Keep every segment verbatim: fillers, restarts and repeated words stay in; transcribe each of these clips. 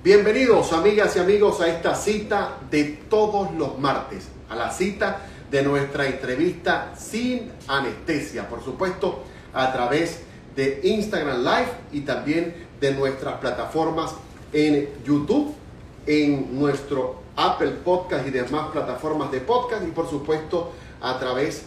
Bienvenidos, amigas y amigos, a esta cita de todos los martes, a la cita de nuestra entrevista sin anestesia, por supuesto, a través de Instagram Live y también de nuestras plataformas en YouTube, en nuestro Apple Podcast y demás plataformas de podcast, y por supuesto a través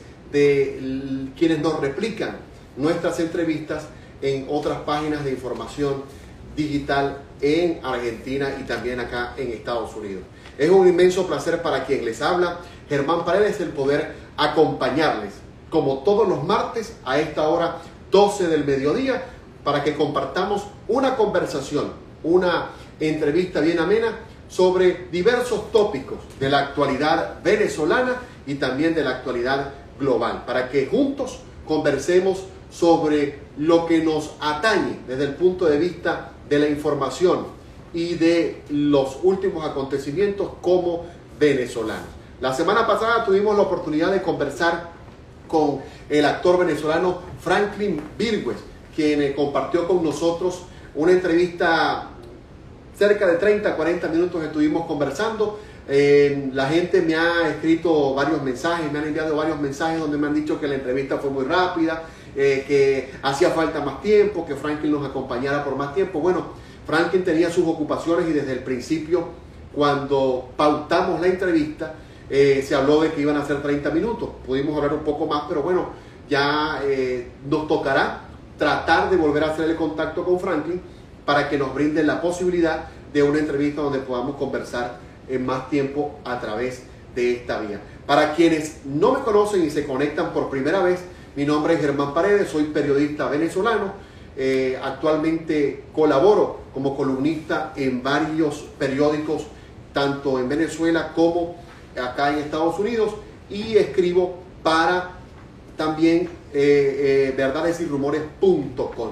de quienes nos replican nuestras entrevistas en otras páginas de información digital en Argentina y también acá en Estados Unidos. Es un inmenso placer para quien les habla, Germán Paredes, el poder acompañarles como todos los martes a esta hora doce del mediodía para que compartamos una conversación, una entrevista bien amena sobre diversos tópicos de la actualidad venezolana y también de la actualidad global, para que juntos conversemos sobre lo que nos atañe desde el punto de vista de la información y de los últimos acontecimientos como venezolanos. La semana pasada tuvimos la oportunidad de conversar con el actor venezolano Franklin Virgües, quien compartió con nosotros una entrevista cerca de treinta a cuarenta minutos. Estuvimos conversando. Eh, la gente me ha escrito varios mensajes, me han enviado varios mensajes donde me han dicho que la entrevista fue muy rápida, eh, que hacía falta más tiempo, que Franklin nos acompañara por más tiempo. Bueno, Franklin tenía sus ocupaciones y desde el principio, cuando pautamos la entrevista, eh, se habló de que iban a ser treinta minutos. Pudimos hablar un poco más, pero bueno, ya eh, nos tocará tratar de volver a hacer el contacto con Franklin para que nos brinde la posibilidad de una entrevista donde podamos conversar en más tiempo a través de esta vía. Para quienes no me conocen y se conectan por primera vez, mi nombre es Germán Paredes, soy periodista venezolano, eh, actualmente colaboro como columnista en varios periódicos, tanto en Venezuela como acá en Estados Unidos, y escribo para también eh, eh, verdades y rumores punto com.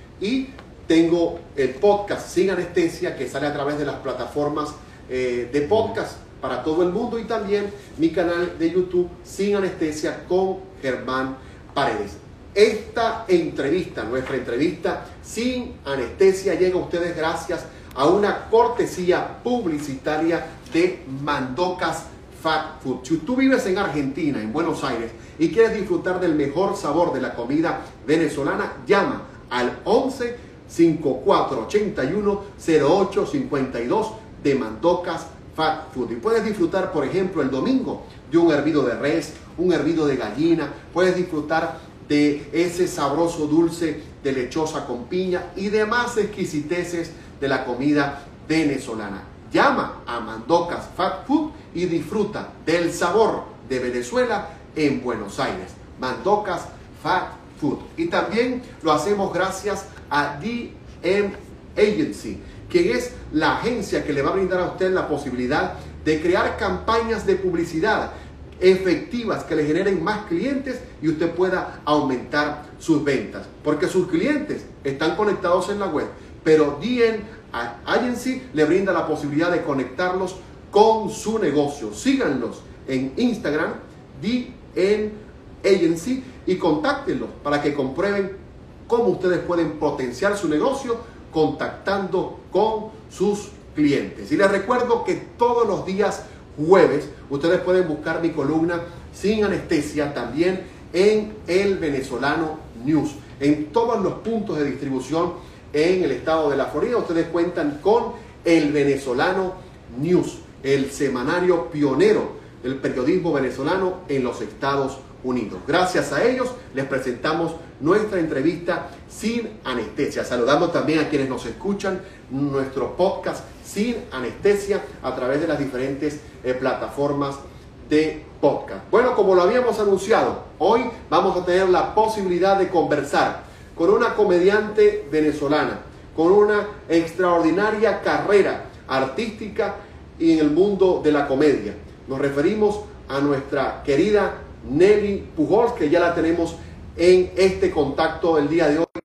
Y tengo el podcast Sin Anestesia, que sale a través de las plataformas eh, de podcast para todo el mundo, y también mi canal de YouTube Sin Anestesia con Germán Paredes. Esta entrevista, nuestra entrevista Sin Anestesia, llega a ustedes gracias a una cortesía publicitaria de Mandocas Fat Food. Si tú vives en Argentina, en Buenos Aires, y quieres disfrutar del mejor sabor de la comida venezolana, llama al once cincuenta y cuatro ochenta y uno cero ocho cincuenta y dos de Mandocas Fat Food. Y puedes disfrutar, por ejemplo, el domingo de un hervido de res, un hervido de gallina, puedes disfrutar de ese sabroso dulce de lechosa con piña y demás exquisiteces de la comida venezolana. Llama a Mandocas Fat Food y disfruta del sabor de Venezuela en Buenos Aires. Mandocas Fat Food. Y también lo hacemos gracias a D M Agency, que es la agencia que le va a brindar a usted la posibilidad de crear campañas de publicidad efectivas que le generen más clientes y usted pueda aumentar sus ventas, porque sus clientes están conectados en la web, pero D M Agency le brinda la posibilidad de conectarlos con su negocio. Síganlos en Instagram, D M Agency, y contáctenlos para que comprueben cómo ustedes pueden potenciar su negocio contactando con sus clientes. Y les recuerdo que todos los días jueves ustedes pueden buscar mi columna Sin Anestesia también en El Venezolano News. En todos los puntos de distribución en el estado de la Florida ustedes cuentan con El Venezolano News, el semanario pionero del periodismo venezolano en los Estados Unidos. Gracias a ellos les presentamos nuestra entrevista Sin Anestesia. Saludando también a quienes nos escuchan nuestro podcast Sin Anestesia a través de las diferentes eh, plataformas de podcast. Bueno, como lo habíamos anunciado, hoy vamos a tener la posibilidad de conversar con una comediante venezolana, con una extraordinaria carrera artística y en el mundo de la comedia. Nos referimos a nuestra querida Nelly Pujols, que ya la tenemos en este contacto el día de hoy.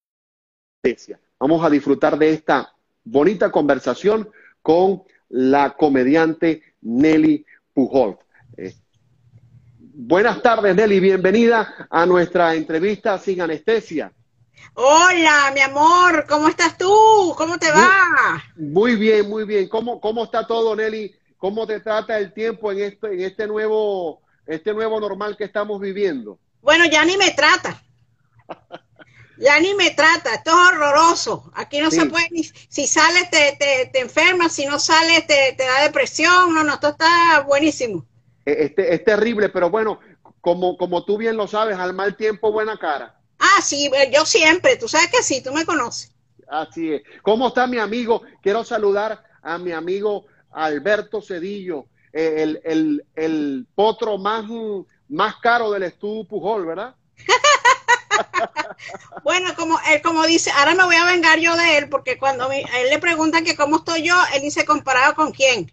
Vamos a disfrutar de esta bonita conversación con la comediante Nelly Pujols. Eh, buenas tardes, Nelly, bienvenida a nuestra entrevista Sin Anestesia. Hola, mi amor, ¿cómo estás tú? ¿Cómo te Muy, va? muy bien, muy bien. ¿Cómo, cómo está todo, Nelly? ¿Cómo te trata el tiempo en este, en este nuevo, este nuevo normal que estamos viviendo? Bueno, ya ni me trata, ya ni me trata, esto es horroroso. Aquí no se Sí, puede ni, si sales te, te, te enfermas, si no sales te, te da depresión, no, no, esto está buenísimo. e- este, es terrible, pero bueno, como, como tú bien lo sabes, al mal tiempo, buena cara. Ah, sí, eh, yo siempre, tú sabes que sí, tú me conoces. Así es. ¿Cómo está mi amigo? Quiero saludar a mi amigo Alberto Cedillo, eh, el, el, el potro más, mm, más caro del estudio Pujol, ¿verdad? Bueno, como él como dice, ahora me voy a vengar yo de él, porque cuando mi- a él le preguntan que cómo estoy yo, él dice comparado con quién.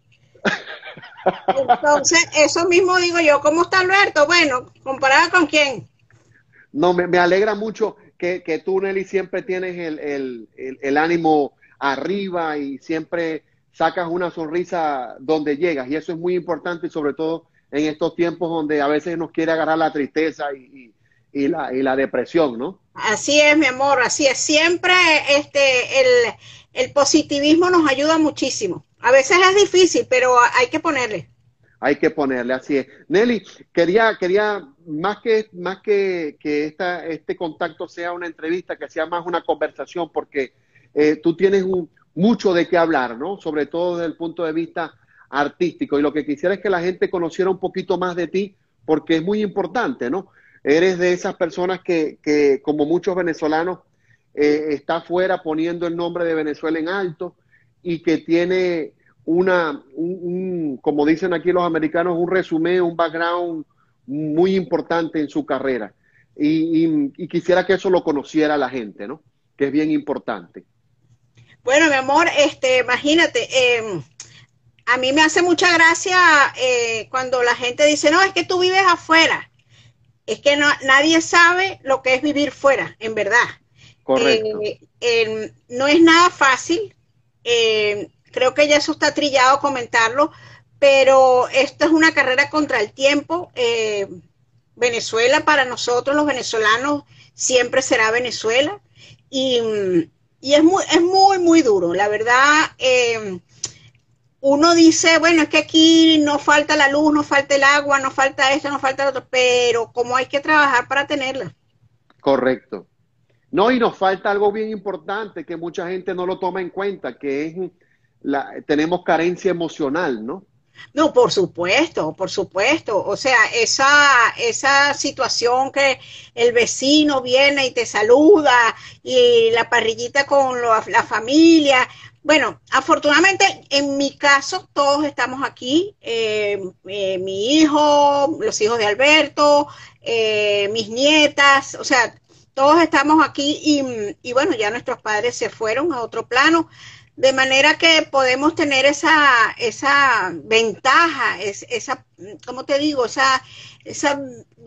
Entonces, eso mismo digo yo, ¿cómo está Alberto? Bueno, comparado con quién. No, me, me alegra mucho que, que tú, Nelly, siempre tienes el, el, el, el ánimo arriba y siempre sacas una sonrisa donde llegas. Y eso es muy importante, y sobre todo en estos tiempos donde a veces nos quiere agarrar la tristeza y, y, y la, y la depresión, ¿no? Así es, mi amor, así es. Siempre este, el, el positivismo nos ayuda muchísimo. A veces es difícil, pero hay que ponerle. Hay que ponerle, así es. Nelly, quería, quería más que, más que, que esta, este contacto sea una entrevista, que sea más una conversación, porque eh, tú tienes un, mucho de qué hablar, ¿no? Sobre todo desde el punto de vista artístico. Y lo que quisiera es que la gente conociera un poquito más de ti, porque es muy importante, ¿no? Eres de esas personas que, que como muchos venezolanos, eh, está afuera poniendo el nombre de Venezuela en alto y que tiene una, un, un, como dicen aquí los americanos, un resumen, un background muy importante en su carrera. Y, y, y quisiera que eso lo conociera la gente, ¿no? Que es bien importante. Bueno, mi amor, este, imagínate, eh, a mí me hace mucha gracia eh, cuando la gente dice, no, es que tú vives afuera. Es que no, nadie sabe lo que es vivir fuera, en verdad. Correcto. Eh, eh, no es nada fácil. Eh, creo que ya eso está trillado comentarlo, pero esto es una carrera contra el tiempo. Eh, Venezuela para nosotros los venezolanos siempre será Venezuela y, y es, muy, es muy, muy duro. La verdad, eh, uno dice, bueno, es que aquí no falta la luz, no falta el agua, no falta esto, no falta lo otro, pero cómo hay que trabajar para tenerla. Correcto. No, y nos falta algo bien importante que mucha gente no lo toma en cuenta, que es la, tenemos carencia emocional, ¿no? No, por supuesto, por supuesto. O sea, esa, esa situación que el vecino viene y te saluda y la parrillita con lo, la familia. Bueno, afortunadamente en mi caso todos estamos aquí. Eh, eh, mi hijo, los hijos de Alberto, eh, mis nietas, o sea, todos estamos aquí y, y bueno, ya nuestros padres se fueron a otro plano. De manera que podemos tener esa, esa ventaja, es, esa, ¿cómo te digo? Esa, esa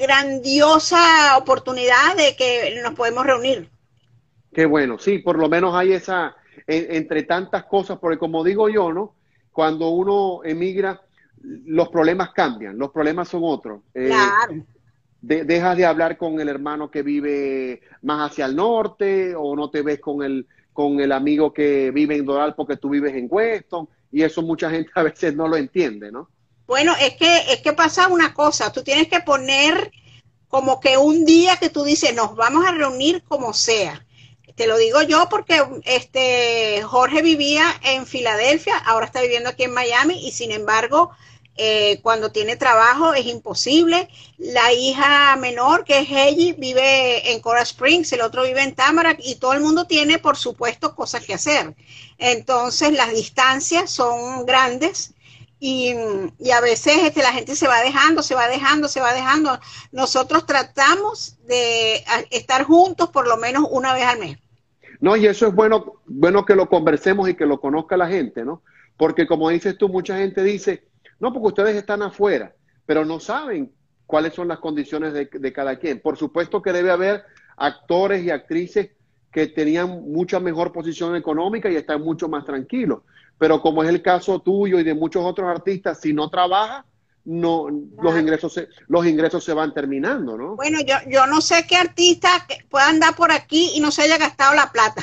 grandiosa oportunidad de que nos podemos reunir. Qué bueno, sí, por lo menos hay esa, en, entre tantas cosas, porque como digo yo, ¿no? Cuando uno emigra, los problemas cambian, los problemas son otros. Eh, Claro. de, dejas de hablar con el hermano que vive más hacia el norte, o no te ves con el, con el amigo que vive en Doral porque tú vives en Weston, y eso mucha gente a veces no lo entiende, ¿no? Bueno, es que, es que pasa una cosa, tú tienes que poner como que un día que tú dices, nos vamos a reunir como sea. Te lo digo yo porque este Jorge vivía en Filadelfia, ahora está viviendo aquí en Miami y sin embargo, eh, cuando tiene trabajo es imposible. La hija menor, que es Helly, vive en Coral Springs, el otro vive en Tamarack y todo el mundo tiene, por supuesto, cosas que hacer. Entonces, las distancias son grandes y, y, a veces este, la gente se va dejando, se va dejando, se va dejando. Nosotros tratamos de estar juntos por lo menos una vez al mes. No, y eso es bueno, bueno que lo conversemos y que lo conozca la gente, ¿no? Porque como dices tú, mucha gente dice, no, porque ustedes están afuera, pero no saben cuáles son las condiciones de, de cada quien. Por supuesto que debe haber actores y actrices que tenían mucha mejor posición económica y están mucho más tranquilos. Pero como es el caso tuyo y de muchos otros artistas, si no trabajas, no, los Claro. ingresos se, los ingresos se van terminando, ¿no? Bueno, yo, yo no sé qué artista que pueda andar por aquí y no se haya gastado la plata,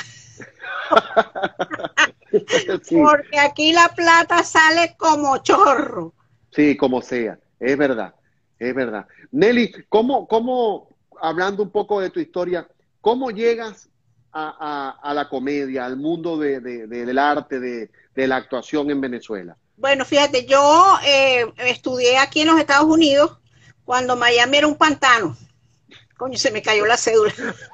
Sí, porque aquí la plata sale como chorro. sí, como sea, es verdad, es verdad. Nelly, ¿cómo, cómo, hablando un poco de tu historia, cómo llegas a, a- a la comedia, al mundo de, de- de- del arte, de, de la actuación en Venezuela? Bueno, fíjate, yo eh, estudié aquí en los Estados Unidos cuando Miami era un pantano. Coño, se me cayó la cédula.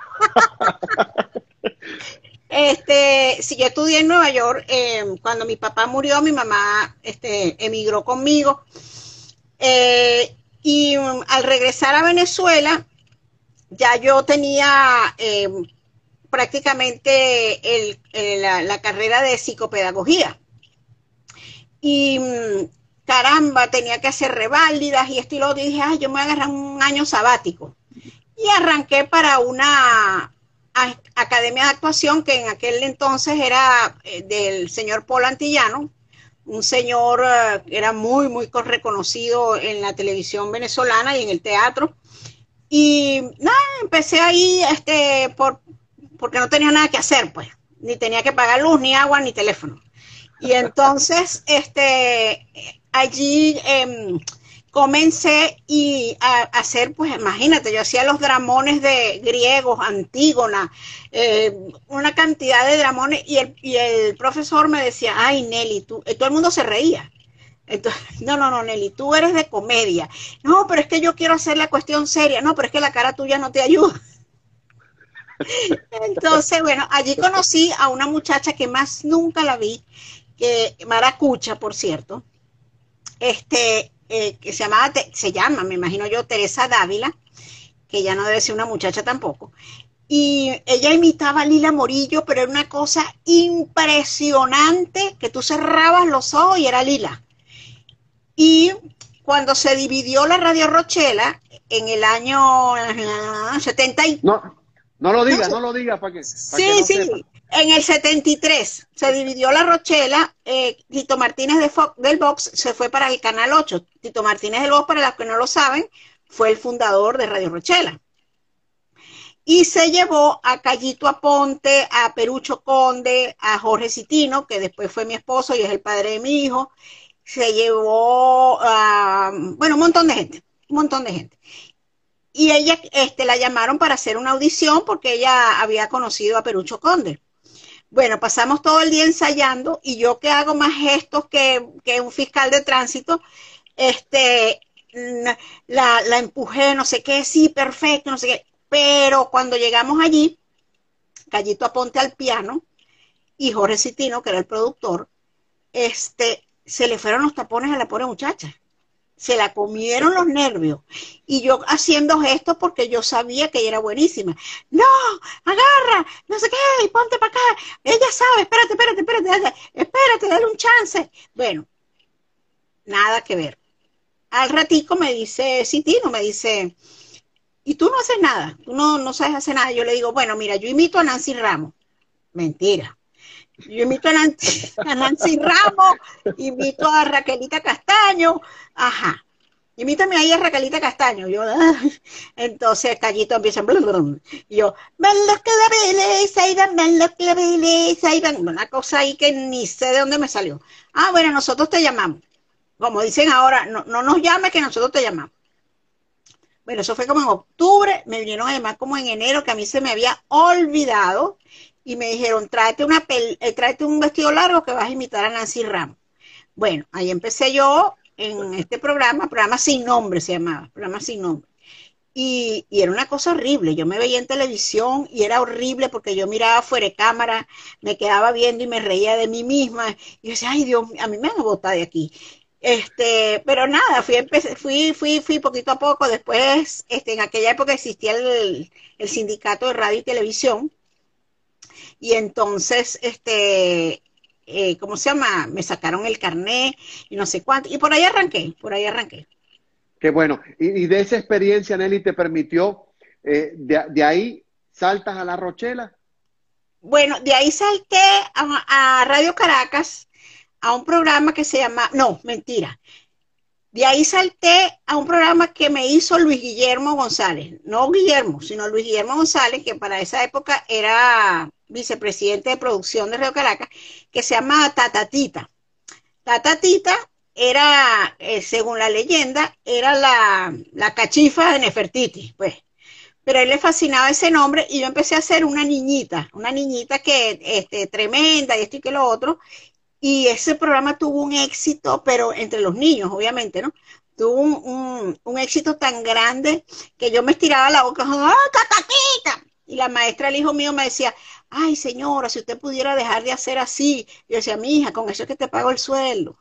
Este, si yo estudié en Nueva York, eh, cuando mi papá murió, mi mamá este, emigró conmigo. Eh, y um, al regresar a Venezuela, ya yo tenía eh, prácticamente el, el, la, la carrera de psicopedagogía. Y mmm, caramba, tenía que hacer reválidas y esto y lo otro. Y dije, ay, yo me voy a agarrar un año sabático. Y arranqué para una a, academia de actuación que en aquel entonces era eh, del señor Paul Antillano, un señor uh, que era muy, muy reconocido en la televisión venezolana y en el teatro. Y nada, empecé ahí este, por, porque no tenía nada que hacer, pues. Ni tenía que pagar luz, ni agua, ni teléfono. Y entonces, este, allí eh, comencé y a, a hacer, pues imagínate, yo hacía los dramones de griegos, Antígona, eh, una cantidad de dramones, y el, y el profesor me decía, ay, Nelly, tú, y todo el mundo se reía. Entonces, no, no, no, Nelly, tú eres de comedia. No, pero es que yo quiero hacer la cuestión seria. No, pero es que la cara tuya no te ayuda. Entonces, bueno, allí conocí a una muchacha que más nunca la vi, que Maracucha, por cierto, este, eh, que se llamaba, se llama, me imagino yo, Teresa Dávila, que ya no debe ser una muchacha tampoco. Y ella imitaba a Lila Morillo, pero era una cosa impresionante, que tú cerrabas los ojos y era Lila. Y cuando se dividió la Radio Rochela, en el año setenta y... No, no lo No, diga, no lo diga para que, para que sí, no sepa. sí, en el setenta y tres se dividió la Rochela, eh, Tito Martínez de Fox, del Vox se fue para el Canal ocho. Tito Martínez del Vox, para los que no lo saben, fue el fundador de Radio Rochela. Y se llevó a Callito Aponte, a Perucho Conde, a Jorge Citino, que después fue mi esposo y es el padre de mi hijo. Se llevó a, bueno, un montón de gente, un montón de gente. Y ella este, la llamaron para hacer una audición porque ella había conocido a Perucho Conde. Bueno, pasamos todo el día ensayando y yo que hago más gestos que, que un fiscal de tránsito, este, la, la empujé, no sé qué, sí, perfecto, no sé qué. Pero cuando llegamos allí, Callito Aponte al piano y Jorge Citino, que era el productor, este, se le fueron los tapones a la pobre muchacha. Se la comieron los nervios. Y yo haciendo gestos porque yo sabía que ella era buenísima. No, agarra, no sé qué, ponte para acá. Ella sabe, espérate, espérate, espérate, espérate, dale un chance. Bueno, nada que ver. Al ratico me dice Citino, me dice, y tú no haces nada, tú no, no sabes hacer nada. Yo le digo, bueno, mira, yo imito a Nancy Ramos. Mentira. Yo invito a Nancy, a Nancy Ramos, invito a Raquelita Castaño, ajá. Invítame ahí a Raquelita Castaño. Yo, ah. Entonces Callito empieza, blum, blum, y yo, ven los claveles, ahí van, ven los claveles, ahí van. Una cosa ahí que ni sé de dónde me salió. Ah, bueno, nosotros te llamamos. Como dicen ahora, no, no nos llames que nosotros te llamamos. Bueno, eso fue como en octubre, me vinieron a llamar como en enero, que a mí se me había olvidado, y me dijeron, tráete, una pel eh, tráete un vestido largo que vas a imitar a Nancy Ramos. Bueno, ahí empecé yo en este programa, programa sin nombre se llamaba, programa sin nombre. Y, y era una cosa horrible, yo me veía en televisión y era horrible porque yo miraba fuera de cámara, me quedaba viendo y me reía de mí misma, y yo decía, ay Dios, a mí me van a botar de aquí. Este, pero nada, fui, empecé, fui, fui, fui poquito a poco. Después, este, en aquella época existía el, el sindicato de radio y televisión, y entonces, este, eh, ¿cómo se llama? Me sacaron el carnet y no sé cuánto, y por ahí arranqué, por ahí arranqué. Qué bueno. Y, y de esa experiencia, Nelly, te permitió, eh, de, de ahí saltas a La Rochela. Bueno, de ahí salté a, a Radio Caracas, a un programa que se llama, no, mentira, De ahí salté a un programa que me hizo Luis Guillermo González, no Guillermo, sino Luis Guillermo González, que para esa época era vicepresidente de producción de Radio Caracas, que se llama Tatatita. Tatatita era, eh, según la leyenda, era la, la cachifa de Nefertiti, pues. Pero a él le fascinaba ese nombre y yo empecé a ser una niñita, una niñita que, este, tremenda y esto y que lo otro. Y ese programa tuvo un éxito, pero entre los niños, obviamente, ¿no? Tuvo un, un, un éxito tan grande que yo me estiraba la boca, ¡ah, Tatatita! Y la maestra, el hijo mío, me decía, ay, señora, si usted pudiera dejar de hacer así. Yo decía, mi hija, con eso es que te pago el sueldo.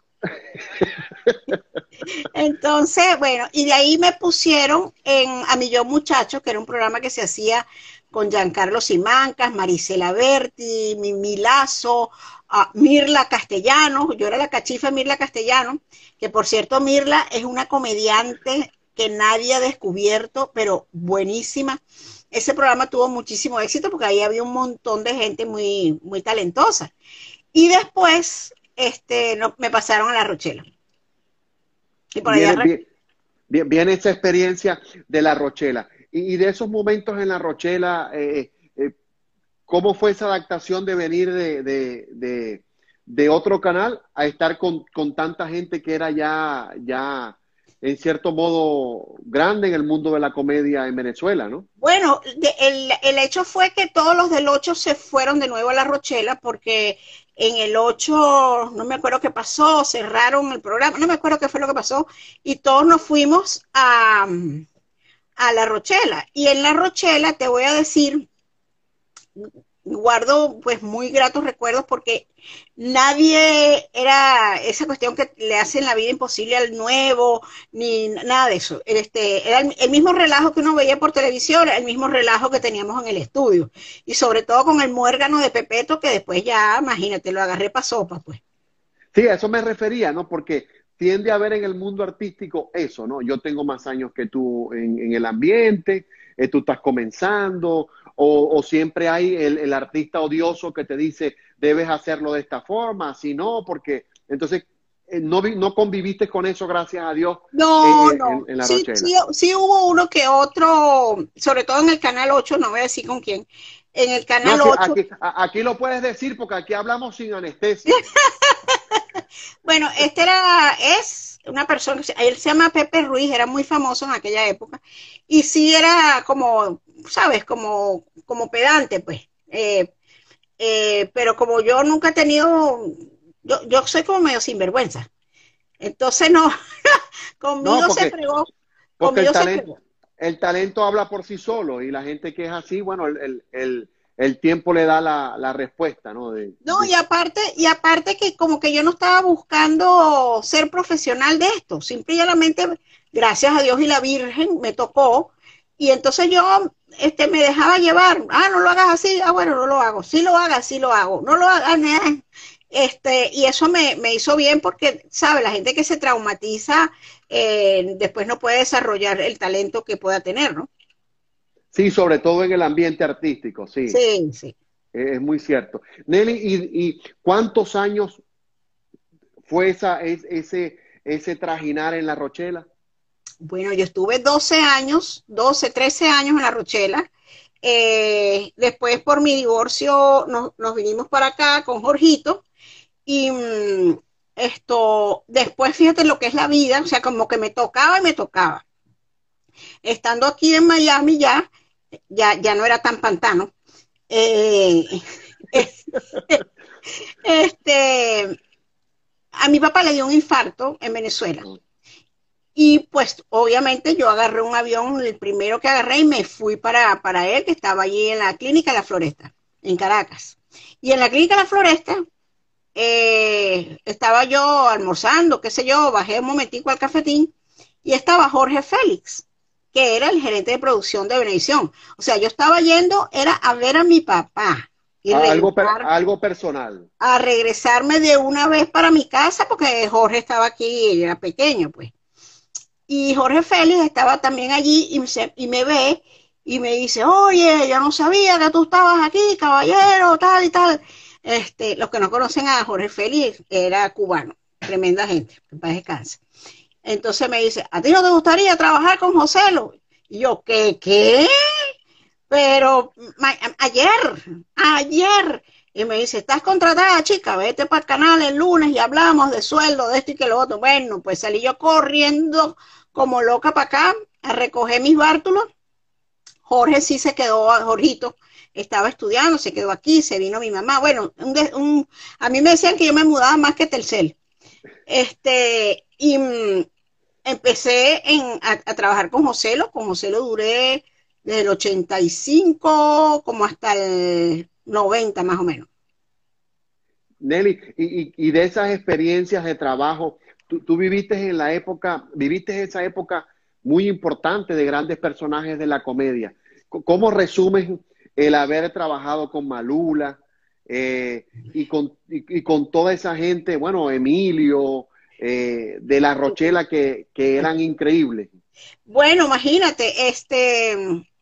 Entonces, bueno, y de ahí me pusieron en A Millón Muchachos, que era un programa que se hacía con Giancarlo Simancas, Marisela Berti, Mimi Lazo, uh, Mirla Castellanos. Yo era la cachifa de Mirla Castellanos, que por cierto Mirla es una comediante que nadie ha descubierto, pero buenísima. Ese programa tuvo muchísimo éxito porque ahí había un montón de gente muy, muy talentosa. Y después este, no, me pasaron a La Rochela. Y por viene, allá... viene, viene esa experiencia de La Rochela. Y, y de esos momentos en La Rochela, eh, eh, ¿cómo fue esa adaptación de venir de, de, de, de otro canal a estar con, con tanta gente que era ya, ya en cierto modo grande en el mundo de la comedia en Venezuela, ¿no? Bueno, de, el, el hecho fue que todos los del ocho se fueron de nuevo a La Rochela porque en el ocho, no me acuerdo qué pasó, cerraron el programa, no me acuerdo qué fue lo que pasó, y todos nos fuimos a, a La Rochela. Y en La Rochela, te voy a decir, guardo pues muy gratos recuerdos porque nadie era esa cuestión que le hacen la vida imposible al nuevo, ni nada de eso. Este, era el, el mismo relajo que uno veía por televisión, el mismo relajo que teníamos en el estudio. Y sobre todo con el muérgano de Pepeto, que después ya, imagínate, lo agarré para sopa, pues. Sí, a eso me refería, ¿no? Porque tiende a haber en el mundo artístico eso, ¿no? Yo tengo más años que tú en, en el ambiente, eh, tú estás comenzando, o, o siempre hay el, el artista odioso que te dice, debes hacerlo de esta forma, si no, porque entonces eh, no, no conviviste con eso, gracias a Dios. No, en, no, en, en La sí, Rochela. sí, sí hubo uno que otro, sobre todo en el Canal ocho, no voy a decir con quién, en el Canal no, sí, ocho. Aquí, aquí lo puedes decir porque aquí hablamos sin anestesia. Bueno, este era, es una persona, él se llama Pepe Ruiz, era muy famoso en aquella época, y sí era como, sabes, como, como pedante, pues, eh, eh, pero como yo nunca he tenido, yo, yo soy como medio sinvergüenza, entonces no, conmigo no, porque, se fregó, porque conmigo el talento, se fregó. El talento habla por sí solo y la gente que es así, bueno, el, el, el, el tiempo le da la, la respuesta, ¿no? De, No, de... y aparte, y aparte que como que yo no estaba buscando ser profesional de esto, simplemente, gracias a Dios y la Virgen, me tocó, y entonces yo este, me dejaba llevar, ah, no lo hagas así, ah, bueno, no lo hago, sí lo hagas, sí lo hago, no lo hagas, este, y eso me, me hizo bien porque, ¿sabes? La gente que se traumatiza eh, después no puede desarrollar el talento que pueda tener, ¿no? Sí, sobre todo en el ambiente artístico, sí. Sí, sí. Es muy cierto. Nelly, ¿y, y cuántos años fue esa, es, ese, ese trajinar en La Rochela? Bueno, yo estuve doce años, doce, trece años en La Rochela. Eh, después, por mi divorcio, nos, nos vinimos para acá con Jorgito. Y mmm, esto, después, fíjate lo que es la vida, o sea, como que me tocaba y me tocaba. Estando aquí en Miami ya, ya, ya no era tan pantano. Eh, este, a mi papá le dio un infarto en Venezuela. Y pues obviamente yo agarré un avión, el primero que agarré, y me fui para, para él, que estaba allí en la clínica La Floresta, en Caracas. Y en la clínica La Floresta eh, estaba yo almorzando, qué sé yo, bajé un momentico al cafetín, y estaba Jorge Félix, que era el gerente de producción de Venevisión. O sea, yo estaba yendo, era a ver a mi papá. Y algo, per, algo personal. A regresarme de una vez para mi casa, porque Jorge estaba aquí y era pequeño, pues. Y Jorge Félix estaba también allí y, se, y me ve y me dice, oye, yo no sabía que tú estabas aquí, caballero, tal y tal. Este, los que no conocen a Jorge Félix, era cubano, tremenda gente, que paz descanse. Entonces me dice, ¿a ti no te gustaría trabajar con Joselo? Y yo, ¿qué, qué? Pero ma- ayer, ayer, y me dice, ¿estás contratada, chica? Vete para el canal el lunes y hablamos de sueldo, de esto y que lo otro. Bueno, pues salí yo corriendo como loca para acá a recoger mis bártulos. Jorge sí se quedó, Jorgito estaba estudiando, se quedó aquí, se vino mi mamá. Bueno, un, un, a mí me decían que yo me mudaba más que Telcel. Este, y mm, empecé en, a, a trabajar con Joselo. Con Joselo duré desde el ochenta y cinco como hasta el noventa más o menos. Nelly, y, y, y de esas experiencias de trabajo, tú, tú viviste en la época, viviste esa época muy importante de grandes personajes de la comedia. ¿Cómo resumes el haber trabajado con Malula eh, y, con, y, y con toda esa gente, bueno, Emilio, eh, de La Rochela, que, que eran increíbles? Bueno, imagínate, este,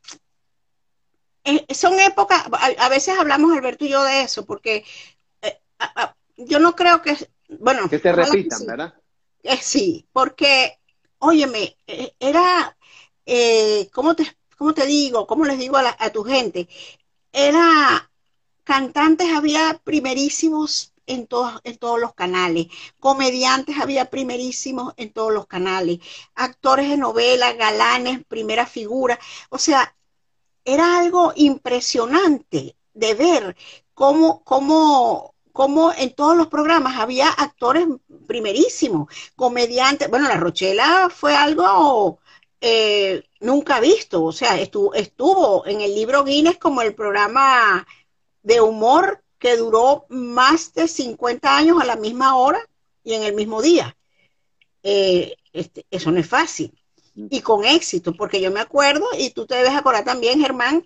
eh, son épocas, a, a veces hablamos Alberto y yo de eso, porque eh, a, a, yo no creo que, bueno, Que se ojalá que repitan, sí, ¿verdad? eh, sí, porque, óyeme, eh, era, eh, ¿cómo te, cómo te digo? ¿Cómo les digo a, la, a tu gente? Era, cantantes había primerísimos en todos, en todos los canales, comediantes había primerísimos en todos los canales, actores de novela, galanes, primera figura, o sea, era algo impresionante de ver cómo, cómo, cómo en todos los programas había actores primerísimos, comediantes. Bueno, La Rochela fue algo eh, nunca visto, o sea, estuvo, estuvo en el libro Guinness como el programa de humor que duró más de cincuenta años a la misma hora y en el mismo día. Eh, este, eso no es fácil. Y con éxito, porque yo me acuerdo, y tú te debes acordar también, Germán,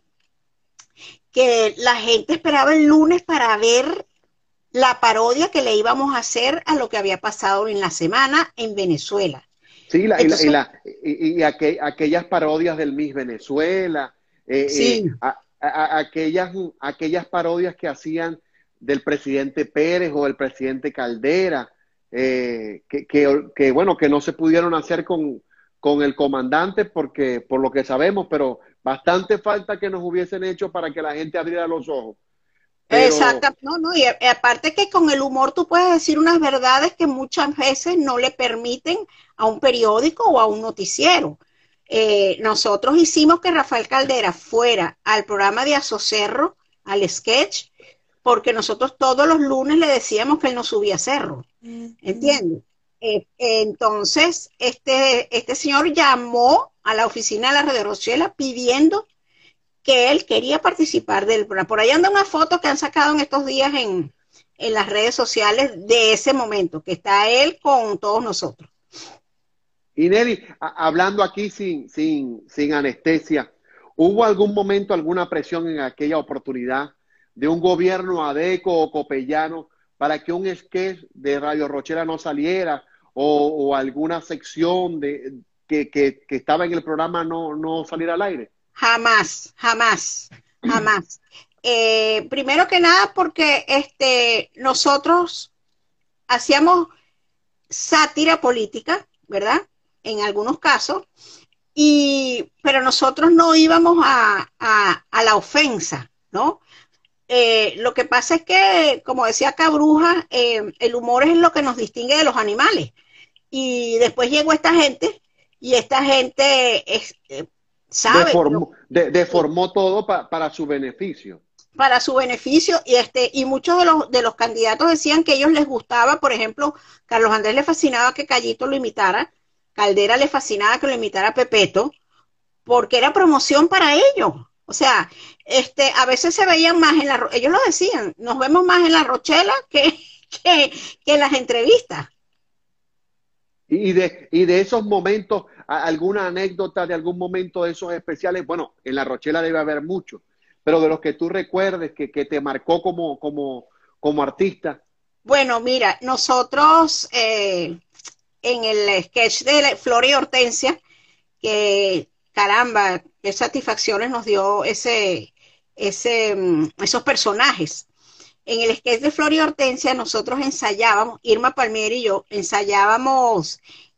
que la gente esperaba el lunes para ver la parodia que le íbamos a hacer a lo que había pasado en la semana en Venezuela. Sí, la, y, la, y, Entonces, la, y, y aquel, aquellas parodias del Miss Venezuela, eh, eh, sí, a, a, aquellas, aquellas parodias que hacían del presidente Pérez o del presidente Caldera, eh, que, que, que, bueno, que no se pudieron hacer con, con el comandante porque, por lo que sabemos, pero bastante falta que nos hubiesen hecho para que la gente abriera los ojos. Pero exacto, no, no, y aparte que con el humor tú puedes decir unas verdades que muchas veces no le permiten a un periódico o a un noticiero. Eh, nosotros hicimos que Rafael Caldera fuera al programa de Azocerro, al sketch, porque nosotros todos los lunes le decíamos que él no subía cerro, ¿entiendes? Eh, entonces, este, este señor llamó a la oficina de la Red de Rochela pidiendo que él quería participar del programa. Por ahí anda una foto que han sacado en estos días en, en las redes sociales de ese momento, que está él con todos nosotros. y Nelly, a, hablando aquí sin, sin, sin anestesia, ¿hubo algún momento, alguna presión en aquella oportunidad de un gobierno adeco o copellano para que un sketch de Radio Rochela no saliera o, o alguna sección de, que, que, que estaba en el programa no, no saliera al aire? Jamás, jamás, jamás. Eh, primero que nada porque este, nosotros hacíamos sátira política, ¿verdad? En algunos casos, y, pero nosotros no íbamos a, a, a la ofensa, ¿no? Eh, lo que pasa es que, como decía Cabruja, eh, el humor es lo que nos distingue de los animales. Y después llegó esta gente, y esta gente es, eh, sabe que lo, Deformó, de, deformó todo pa, para su beneficio. para su beneficio, y este, y muchos de los, de los candidatos decían que a ellos les gustaba, por ejemplo, Carlos Andrés le fascinaba que Callito lo imitara, Caldera le fascinaba que lo imitara a Pepeto, porque era promoción para ellos. O sea, este, a veces se veían más en la, ellos lo decían, nos vemos más en la Rochela que, que, que en las entrevistas. Y de, y de esos momentos, alguna anécdota de algún momento de esos especiales, bueno, en La Rochela debe haber mucho, pero de los que tú recuerdes que, que te marcó como, como, como artista. Bueno, mira, nosotros eh, en el sketch de Flor y Hortensia, que caramba, qué satisfacciones nos dio ese, ese, esos personajes. En el sketch de Flor y Hortensia nosotros ensayábamos, Irma Palmieri y yo, ensayábamos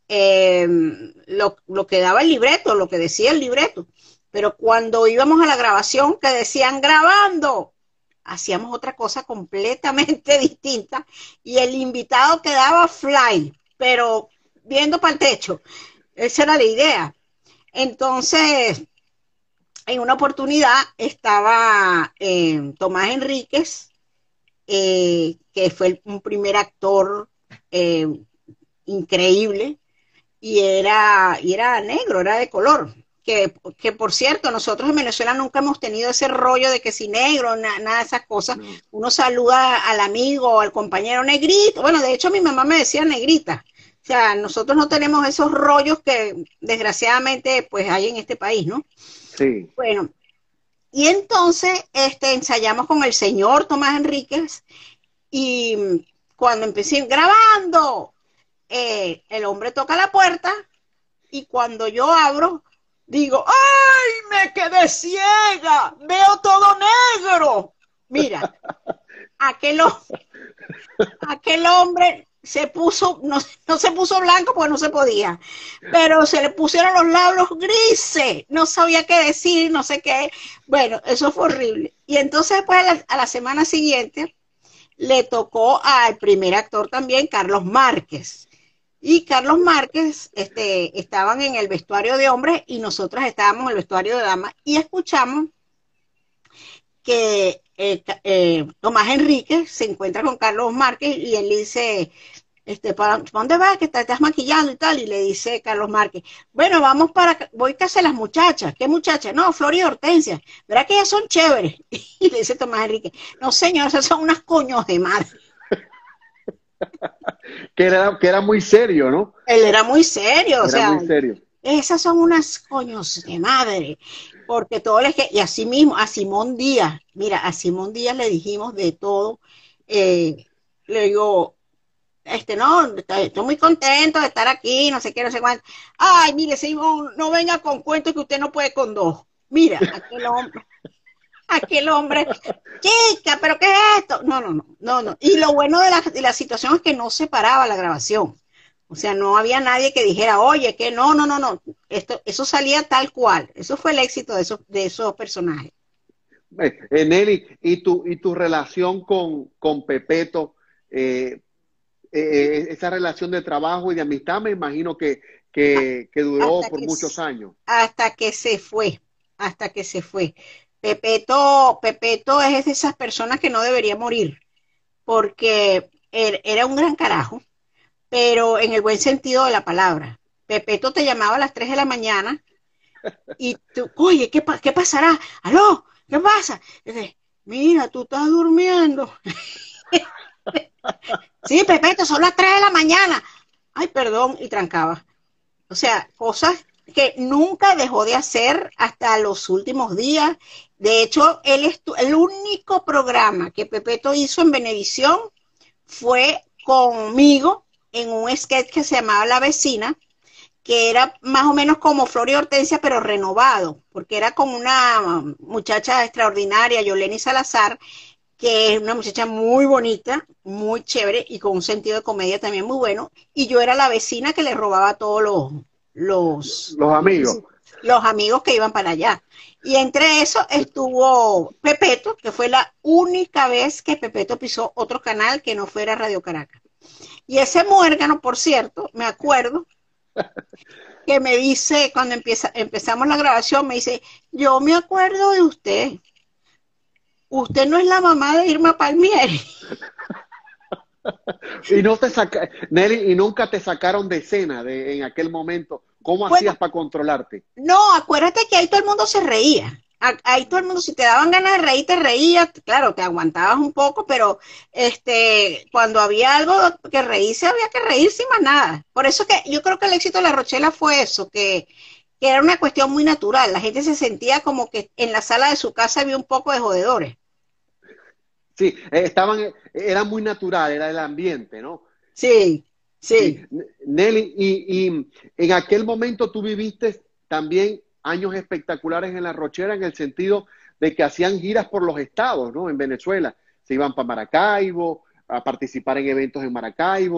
eh, lo, lo que daba el libreto, lo que decía el libreto. Pero cuando íbamos a la grabación que decían grabando, hacíamos otra cosa completamente distinta y el invitado quedaba fly, pero viendo para el techo. Esa era la idea. Entonces, en una oportunidad estaba eh, Tomás Enríquez, eh, que fue un primer actor eh, increíble, y era, y era negro, era de color. Que, que por cierto, nosotros en Venezuela nunca hemos tenido ese rollo de que si negro, na, nada de esas cosas. No. Uno saluda al amigo o al compañero negrito. Bueno, de hecho mi mamá me decía negrita. O sea, nosotros no tenemos esos rollos que desgraciadamente pues hay en este país, ¿no? Sí. Bueno, y entonces este, ensayamos con el señor Tomás Enríquez y cuando empecé grabando, eh, el hombre toca la puerta y cuando yo abro, digo, ¡ay, me quedé ciega! ¡Veo todo negro! Mira, aquel, aquel hombre se puso, no, no se puso blanco porque no se podía, pero se le pusieron los labios grises, no sabía qué decir, no sé qué. Bueno, eso fue horrible. Y entonces después a la, a la semana siguiente le tocó al primer actor también, Carlos Márquez. Y Carlos Márquez este, estaban en el vestuario de hombres y nosotras estábamos en el vestuario de damas y escuchamos que eh, eh, Tomás Enríquez se encuentra con Carlos Márquez y él le dice, este, ¿para, ¿para dónde vas? Que te estás maquillando y tal. Y le dice Carlos Márquez, bueno, vamos para, voy a casa de las muchachas. ¿Qué muchachas? No, Flor y Hortensia. ¿Verdad que ellas son chéveres? Y le dice Tomás Enríquez, no señor, esas son unas coños de madre. que, era, que era muy serio, ¿no? Él era muy serio, era o sea, muy serio. Esas son unas coños de madre, porque todo les que, y así mismo, a Simón Díaz, mira, a Simón Díaz le dijimos de todo, eh, le digo, este, no, estoy muy contento de estar aquí, no sé qué, no sé cuánto. Ay, mire, Simón, no venga con cuentos que usted no puede con dos. Mira, aquel hombre, aquel hombre, chica, pero ¿qué es esto? No, no, no, no, no. Y lo bueno de la, de la situación es que no se paraba la grabación. O sea, no había nadie que dijera, oye, que no, no, no, no. Esto, eso salía tal cual. Eso fue el éxito de esos, de esos personajes. Eh, Nelly, ¿y tu, y tu relación con, con Pepeto, eh, eh, esa relación de trabajo y de amistad, me imagino que, que, que duró hasta por que, muchos años? Hasta que se fue, hasta que se fue. Pepeto, Pepeto es de esas personas que no debería morir, porque era un gran carajo, pero en el buen sentido de la palabra. Pepeto te llamaba a las tres de la mañana y tú, oye, ¿qué, qué pasará? ¿Aló? ¿Qué pasa? Dice, mira, tú estás durmiendo. Sí, Pepeto, son las tres de la mañana. Ay, perdón, y trancaba. O sea, cosas que nunca dejó de hacer hasta los últimos días. De hecho, él estu el único programa que Pepeto hizo en Venevisión fue conmigo en un sketch que se llamaba La Vecina, que era más o menos como Flor y Hortensia, pero renovado, porque era con una muchacha extraordinaria, Yoleni Salazar, que es una muchacha muy bonita, muy chévere y con un sentido de comedia también muy bueno, y yo era la vecina que le robaba a todos los, los, los amigos. Los amigos que iban para allá. Y entre eso estuvo Pepeto, que fue la única vez que Pepeto pisó otro canal que no fuera Radio Caracas. Y ese muérgano, por cierto, me acuerdo que me dice, cuando empieza, empezamos la grabación, me dice, yo me acuerdo de usted. Usted no es la mamá de Irma Palmieri. Y no te saca, Nelly, y nunca te sacaron de escena de, en aquel momento. ¿Cómo bueno, hacías para controlarte? No, acuérdate que ahí todo el mundo se reía. Ahí todo el mundo, si te daban ganas de reír, te reías, claro, te aguantabas un poco, pero este, cuando había algo que reírse, había que reírse y más nada. Por eso que yo creo que el éxito de La Rochela fue eso, que, que era una cuestión muy natural. La gente se sentía como que en la sala de su casa había un poco de jodedores. Sí, estaban, era muy natural, era el ambiente, ¿no? Sí, sí. sí. Nelly, y, y en aquel momento tú viviste también años espectaculares en La Rochela, en el sentido de que hacían giras por los estados, ¿no? En Venezuela. Se iban para Maracaibo, a participar en eventos en Maracaibo,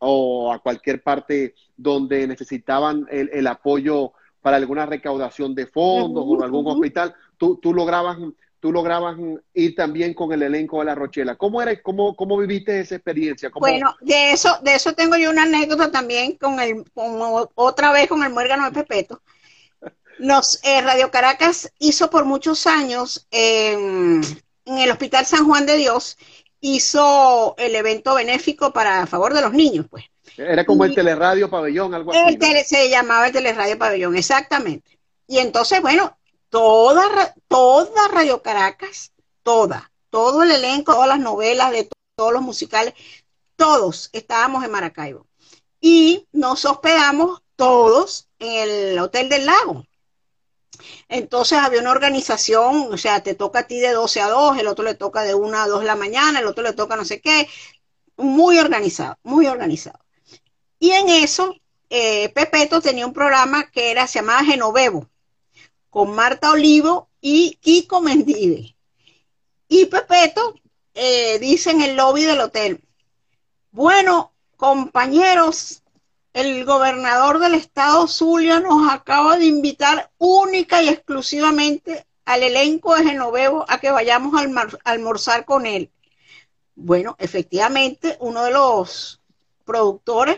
o a cualquier parte donde necesitaban el, el apoyo para alguna recaudación de fondos Uh-huh, o algún uh-huh. hospital, tú, tú lograbas tú lograbas ir también con el elenco de La Rochela. ¿Cómo era, cómo, cómo viviste esa experiencia? ¿Cómo... Bueno, de eso, de eso tengo yo una anécdota también con el, con, otra vez con el muérgano de Pepeto. Nos, eh, Radio Caracas hizo por muchos años eh, en el Hospital San Juan de Dios, hizo el evento benéfico para a favor de los niños, pues. Era como y el Teleradio Pabellón, algo así, el ¿no? tele, se llamaba el Teleradio Pabellón, exactamente. Y entonces, bueno, toda, toda Radio Caracas, toda, todo el elenco, todas las novelas, de todos los musicales, todos estábamos en Maracaibo. Y nos hospedamos todos en el Hotel del Lago. Entonces había una organización, o sea, te toca a ti de doce a dos, el otro le toca de una a dos de la mañana, el otro le toca no sé qué, muy organizado, muy organizado. Y en eso, eh, Pepeto tenía un programa que era, se llamaba Genovevo, con Marta Olivo y Kiko Mendive. Y Pepeto eh, dice en el lobby del hotel, bueno, compañeros, el gobernador del estado Zulia nos acaba de invitar única y exclusivamente al elenco de Genovevo a que vayamos a almor- a almorzar con él. Bueno, efectivamente, uno de los productores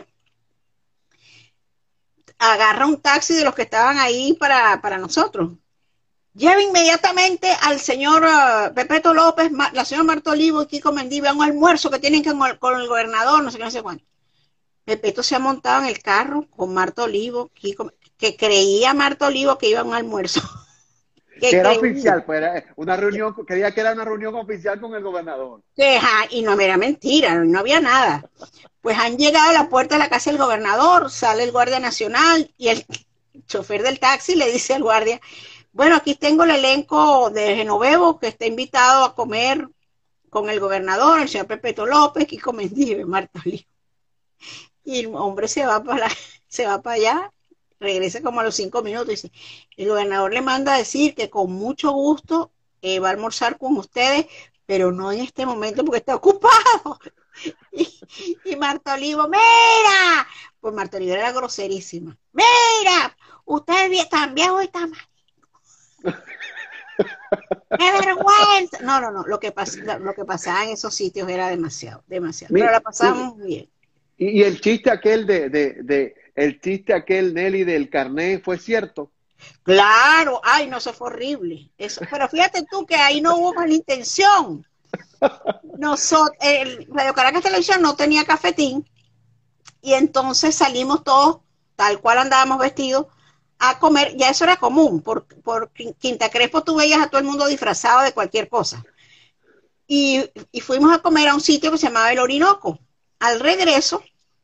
agarra un taxi de los que estaban ahí para, para nosotros. Lleva inmediatamente al señor uh, Pepeto López, Ma, la señora Marta Olivo y Kiko Mendive a un almuerzo que tienen que con, con el gobernador, no sé qué, no sé cuánto. Pepeto se ha montado en el carro con Marta Olivo, Kiko, que creía Marta Olivo que iba a un almuerzo. Que, que era creía. Oficial, pues era una reunión, creía que era una reunión oficial con el gobernador. Que, ja, y no era mentira, no había nada. Pues han llegado a la puerta de la casa del gobernador, sale el guardia nacional y el chofer del taxi le dice al guardia, bueno, aquí tengo el elenco de Genovevo que está invitado a comer con el gobernador, el señor Pepeto López, Kiko Mendive, Marta Olivo. Y el hombre se va para, se va para allá, regresa como a los cinco minutos y dice, el gobernador le manda a decir que con mucho gusto eh, va a almorzar con ustedes, pero no en este momento porque está ocupado. Y, y Marta Olivo, mira, pues Marta Olivo era groserísima, mira, ustedes están viejos y están mal. ¡Qué vergüenza! No, no, no, lo que, pas, lo que pasaba en esos sitios era demasiado, demasiado, mira, pero la pasábamos mira. bien. Y, y el chiste aquel de, de, de, el chiste aquel, Nelly, del carnet, ¿fue cierto? Claro, ay, no, eso fue horrible. Eso, pero fíjate tú que ahí no hubo mala intención. Nosotros, el Radio Caracas Televisión no tenía cafetín y entonces salimos todos, tal cual andábamos vestidos, a comer. Ya eso era común. Por, por Quinta Crespo tú veías a todo el mundo disfrazado de cualquier cosa. Y, y fuimos a comer a un sitio que se llamaba El Orinoco. Al regreso,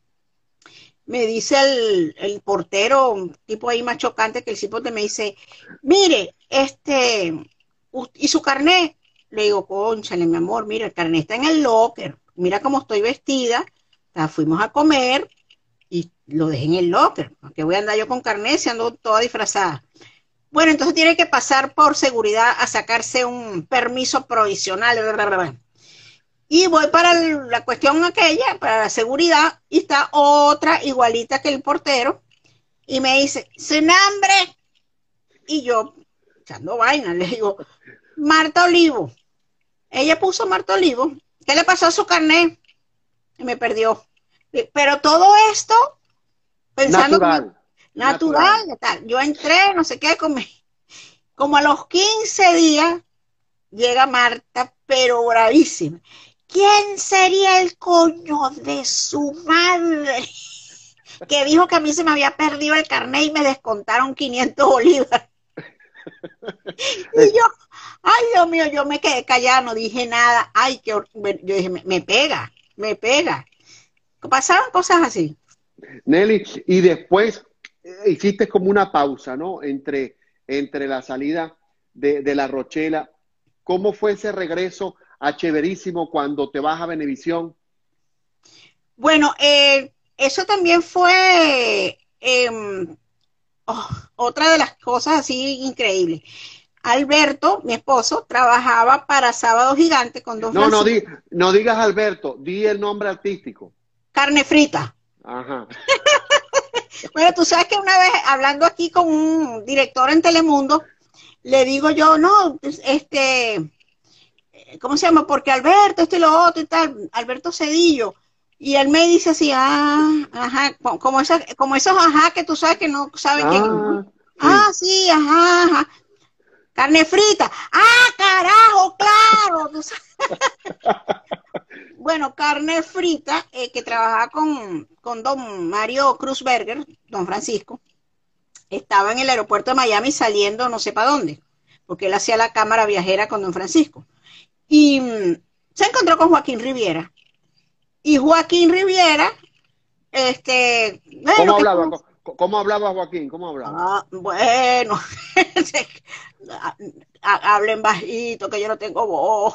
me dice el, el portero, un tipo ahí más chocante que el cipote, me dice, mire, este, ¿y su carnet? Le digo, cónchale, mi amor, mira, el carnet está en el locker, mira cómo estoy vestida, o sea, fuimos a comer y lo dejé en el locker, ¿qué voy a andar yo con carnet si ando toda disfrazada? Bueno, entonces tiene que pasar por seguridad a sacarse un permiso provisional, bla, bla, bla. Y voy para el, la cuestión aquella, para la seguridad, y está otra igualita que el portero, y me dice, ¿su nombre? Y yo, echando vaina, le digo, Marta Olivo. Ella puso Marta Olivo. ¿Qué le pasó a su carnet? Y me perdió. Pero todo esto, pensando natural. Que, natural, natural. Tal. Yo entré, no sé qué, como, como a los quince días, llega Marta, pero bravísima. ¿Quién sería el coño de su madre? Que dijo que a mí se me había perdido el carnet y me descontaron quinientos bolívares. Y yo, ay Dios mío, yo me quedé callada, no dije nada. Ay, que yo dije, me, me pega, me pega. Pasaron cosas así. Nelly, y después eh, hiciste como una pausa, ¿no? Entre, entre la salida de, de La Rochela. ¿Cómo fue ese regreso a Chéverísimo cuando te vas a Venevisión? Bueno, eh, eso también fue eh, oh, otra de las cosas así increíbles. Alberto, mi esposo, trabajaba para Sábado Gigante con dos No, no, di, no digas Alberto, di el nombre artístico. Carne Frita. Ajá. Bueno, tú sabes que una vez hablando aquí con un director en Telemundo, le digo yo, no, pues, este, ¿cómo se llama? Porque Alberto, esto y lo otro y tal, Alberto Cedillo. Y él me dice así, ah, ajá, como, esa, como esos ajá que tú sabes que no saben quién es, ¿no? Ah, Ah, sí. sí, ajá, ajá. Carne frita. Ah, carajo, claro. Tú sabes. Bueno, carne frita, eh, que trabajaba con, con don Mario Cruzberger, don Francisco, estaba en el aeropuerto de Miami saliendo no sé para dónde, porque él hacía la cámara viajera con don Francisco. Y mm, se encontró con Joaquín Riviera. Y Joaquín Riviera, este, ¿Cómo bueno, que hablaba? estuvo, ¿Cómo, cómo hablaba Joaquín? ¿Cómo hablaba? ah, bueno, hablen bajito, que yo no tengo voz.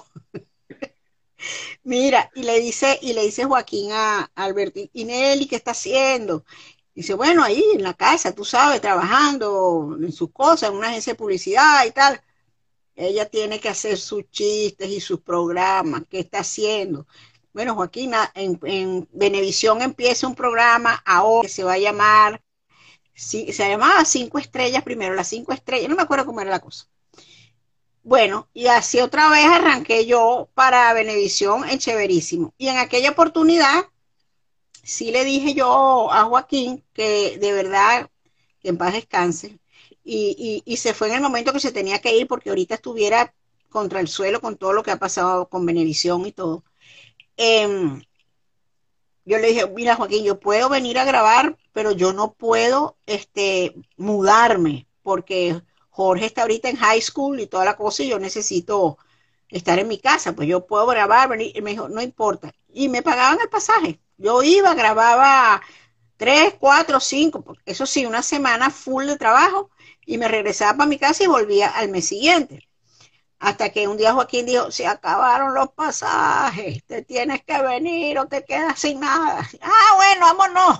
Mira, y le dice, y le dice Joaquín a, a Alberto, ¿y Nelly qué está haciendo? Dice, bueno, ahí en la casa, tú sabes, trabajando en sus cosas, en una agencia de publicidad y tal. Ella tiene que hacer sus chistes y sus programas. ¿Qué está haciendo? Bueno, Joaquín, en, en Venevisión empieza un programa ahora que se va a llamar, sí, se llamaba Cinco Estrellas primero, las Cinco Estrellas, no me acuerdo cómo era la cosa. Bueno, y así otra vez arranqué yo para Venevisión en Chéverísimo. Y en aquella oportunidad sí le dije yo a Joaquín que de verdad, que en paz descanse, y, y, y se fue en el momento que se tenía que ir porque ahorita estuviera contra el suelo con todo lo que ha pasado con Venevisión y todo. Eh, yo le dije, mira Joaquín, yo puedo venir a grabar, pero yo no puedo este, mudarme porque Jorge está ahorita en high school y toda la cosa y yo necesito estar en mi casa, pues yo puedo grabar, venir, y me dijo, no importa. Y me pagaban el pasaje. Yo iba, grababa tres, cuatro, cinco, eso sí, una semana full de trabajo y me regresaba para mi casa y volvía al mes siguiente. Hasta que un día Joaquín dijo, se acabaron los pasajes, te tienes que venir o te quedas sin nada. Ah, bueno, vámonos.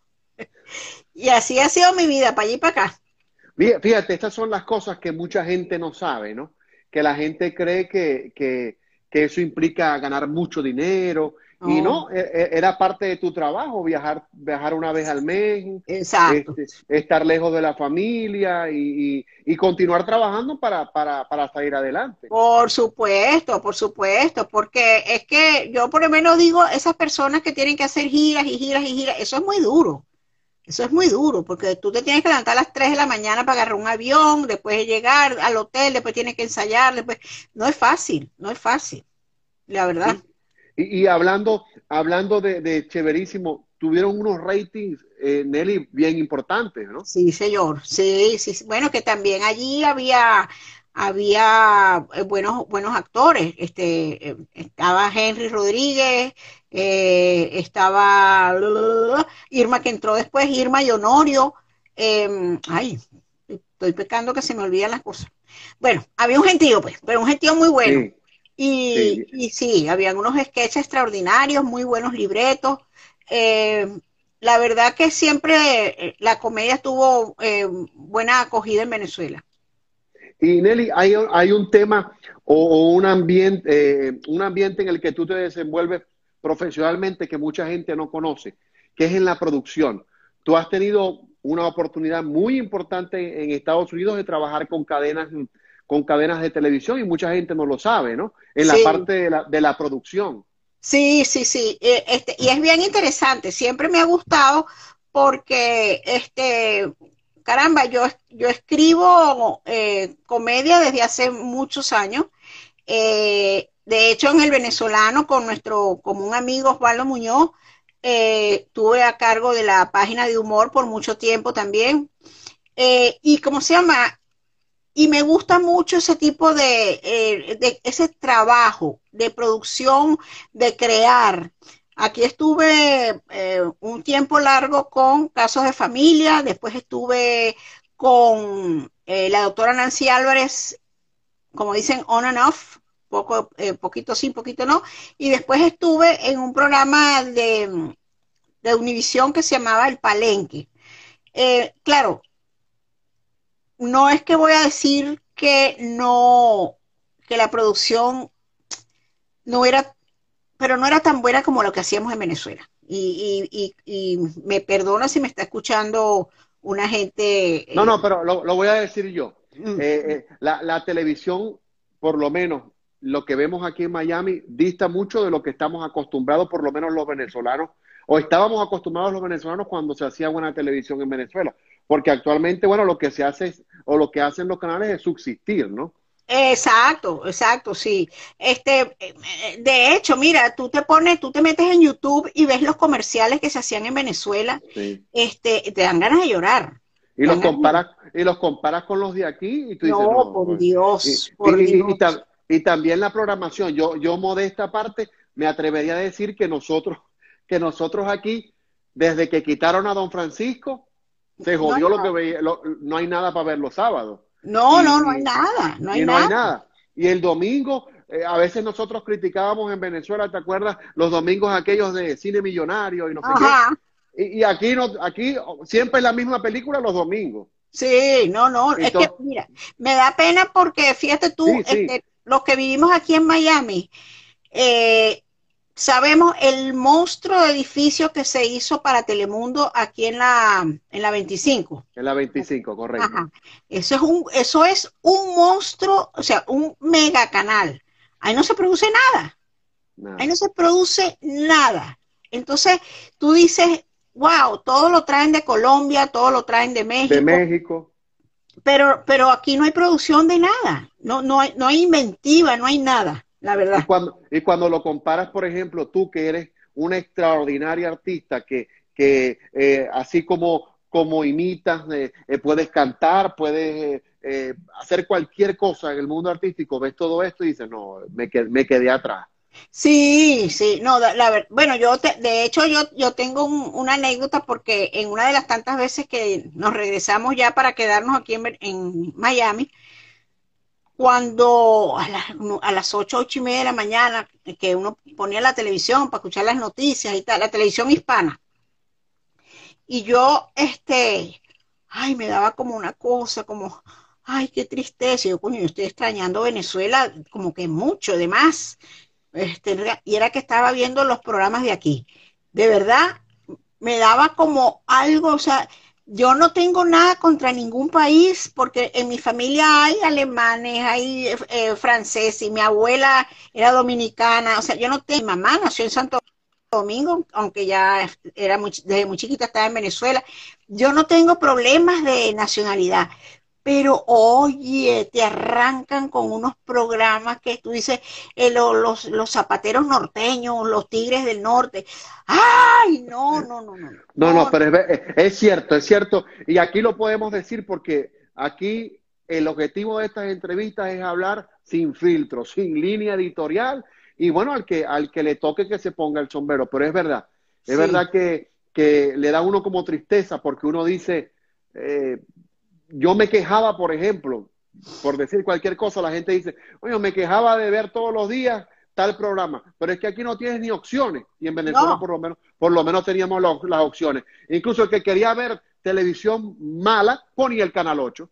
Y así ha sido mi vida, para allí y para acá. Fíjate, estas son las cosas que mucha gente no sabe, ¿no? Que la gente cree que, que, que eso implica ganar mucho dinero y No, no, e- e- era parte de tu trabajo, viajar, viajar una vez al mes, exacto. este, estar lejos de la familia y, y- y continuar trabajando para, para, para salir adelante. Por supuesto, por supuesto, porque es que yo por lo menos digo, esas personas que tienen que hacer giras y giras y giras, eso es muy duro. Eso es muy duro, porque tú te tienes que levantar a las tres de la mañana para agarrar un avión, después llegar al hotel, después tienes que ensayar, después... No es fácil, no es fácil, la verdad. Sí. Y, y hablando, hablando de, de Chéverísimo, tuvieron unos ratings, eh, Nelly, bien importantes, ¿no? Sí, señor, sí, sí, sí. Bueno, que también allí había, había eh, buenos, buenos actores. Este, eh, estaba Henry Rodríguez, eh, estaba Irma que entró después, Irma y Honorio. eh, ay, estoy pecando que se me olvidan las cosas. Bueno, había un gentío, pues, pero un gentío muy bueno. Sí, Y, sí. y sí, habían unos sketches extraordinarios, muy buenos libretos. Eh, la verdad que siempre eh, la comedia tuvo eh, buena acogida en Venezuela. Y Nelly, hay, hay un tema o, o un ambiente, eh, un ambiente en el que tú te desenvuelves profesionalmente que mucha gente no conoce, que es en la producción. Tú has tenido una oportunidad muy importante en Estados Unidos de trabajar con cadenas, con cadenas de televisión y mucha gente no lo sabe, ¿no? En la Sí, parte de la, de la producción. sí, sí, sí. Eh, este, y es bien interesante. Siempre me ha gustado porque, este, caramba, yo, yo escribo eh, comedia desde hace muchos años. Eh, de hecho, en el venezolano, con nuestro común amigo Osvaldo Muñoz, eh, tuve a cargo de la página de humor por mucho tiempo también. Eh, y cómo se llama, y me gusta mucho ese tipo de, eh, de ese trabajo de producción, de crear. Aquí estuve eh, un tiempo largo con Casos de Familia, después estuve con eh, la doctora Nancy Álvarez, como dicen, on and off, poco, eh, poquito sí, poquito no, y después estuve en un programa de, de Univisión que se llamaba El Palenque. Eh, claro, no es que voy a decir que no, que la producción no era, pero no era tan buena como lo que hacíamos en Venezuela. Y, y, y, y me perdona si me está escuchando una No, gente. Eh, no, pero lo, lo voy a decir yo. mm, Eh, eh, la, la televisión, por lo menos lo que vemos aquí en Miami, dista mucho de lo que estamos acostumbrados, por lo menos los venezolanos, o estábamos acostumbrados los venezolanos cuando se hacía buena televisión en Venezuela. Porque actualmente, bueno, lo que se hace es, o lo que hacen los canales es subsistir, ¿no? Exacto, exacto, sí. Este, eh, eh, de hecho, mira, tú te pones, tú te metes en YouTube y ves los comerciales que se hacían en Venezuela, Sí. este, te dan ganas de llorar. Y Te los dan ganas de llorar. comparas, y los comparas con los de aquí y tú dices, No, no. por Pues, y, Dios, y, por y, y, Dios. tam- y también la programación. Yo, yo modesta parte, me atrevería a decir que nosotros, que nosotros aquí, desde que quitaron a Don Francisco, se No hay jodió lo que nada. veía, lo- no hay nada para ver los sábados. No, no, no hay Y, y, nada, no hay y no hay nada. nada. Y el domingo, eh, a veces nosotros criticábamos en Venezuela, ¿te acuerdas? Los domingos aquellos de cine millonario y no sé qué. Ajá. Y, y aquí, no, aquí siempre es la misma película los domingos. Sí, no, no, es que Entonces, mira, me da pena porque fíjate tú, sí, sí, este, los que vivimos aquí en Miami, eh, sabemos el monstruo de edificio que se hizo para Telemundo aquí en la, en la veinticinco. en la veinticinco, correcto. Ajá. Eso es un, eso es un monstruo, o sea, un mega canal. Ahí no se produce nada. Ahí no Nada. se produce nada. Entonces, tú dices, wow, todo lo traen de Colombia, todo lo traen de De México, México. pero, pero aquí no hay producción de nada. No, no hay, no hay inventiva, no hay nada, la Y verdad. cuando, y cuando lo comparas, por ejemplo, tú que eres una extraordinaria artista, que, que eh, así como, como imitas, eh, eh, puedes cantar, puedes eh, eh, hacer cualquier cosa en el mundo artístico, ves todo esto y dices, no, me, qued- me quedé atrás. Sí, sí, no, la, la ver- bueno, yo te- de hecho yo, yo tengo un- una anécdota porque en una de las tantas veces que nos regresamos ya para quedarnos aquí en, Ver- en Miami, cuando a, las no, a las ocho, ocho y media de la mañana, que uno ponía la televisión para escuchar las noticias y tal, la televisión hispana, y yo, este, ay, me daba como una cosa, como, ay, qué tristeza, y yo, coño, yo estoy extrañando Venezuela como que mucho, de más. Este, y era que estaba viendo los programas de aquí. De verdad, me daba como algo, o sea, yo no tengo nada contra ningún país, porque en mi familia hay alemanes, hay eh, franceses, y mi abuela era dominicana, o sea, yo no tengo, mi mamá nació en Santo Domingo, aunque ya era muy, desde muy chiquita estaba en Venezuela, yo no tengo problemas de nacionalidad, pero oye, te arrancan con unos programas que tú dices, eh, lo- los, los zapateros norteños, los tigres del norte. Ay, no, no, no, no, No, no, no, pero es, ve- es cierto, es cierto. Y aquí lo podemos decir porque aquí el objetivo de estas entrevistas es hablar sin filtro, sin línea editorial. Y bueno, al que, al que le toque que se ponga el sombrero. Pero es verdad, es sí, verdad que, que le da a uno como tristeza porque uno dice, eh, yo me quejaba, por ejemplo, por decir cualquier cosa, la gente dice, oye, me quejaba de ver todos los días tal programa, pero es que aquí no tienes ni opciones, y en Venezuela no. por lo menos, por lo menos teníamos lo- las opciones. Incluso el que quería ver televisión mala ponía el canal ocho.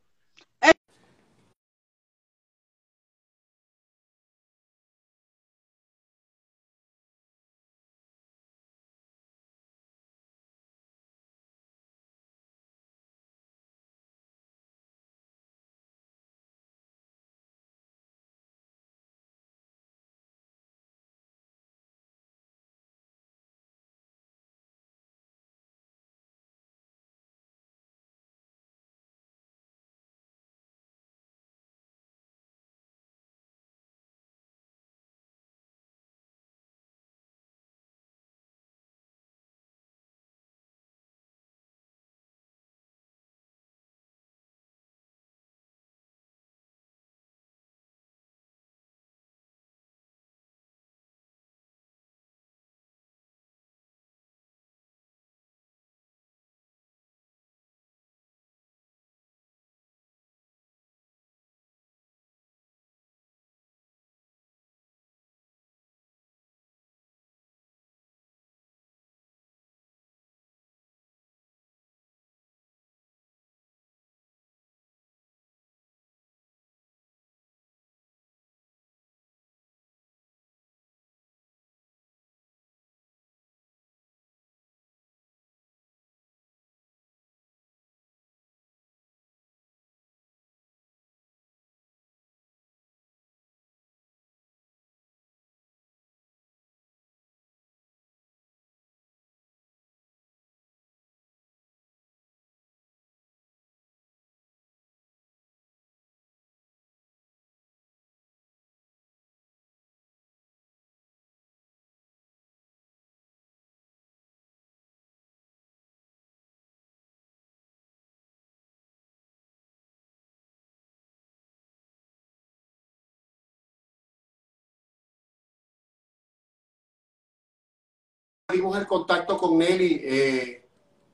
perdimos el contacto con Nelly. Eh,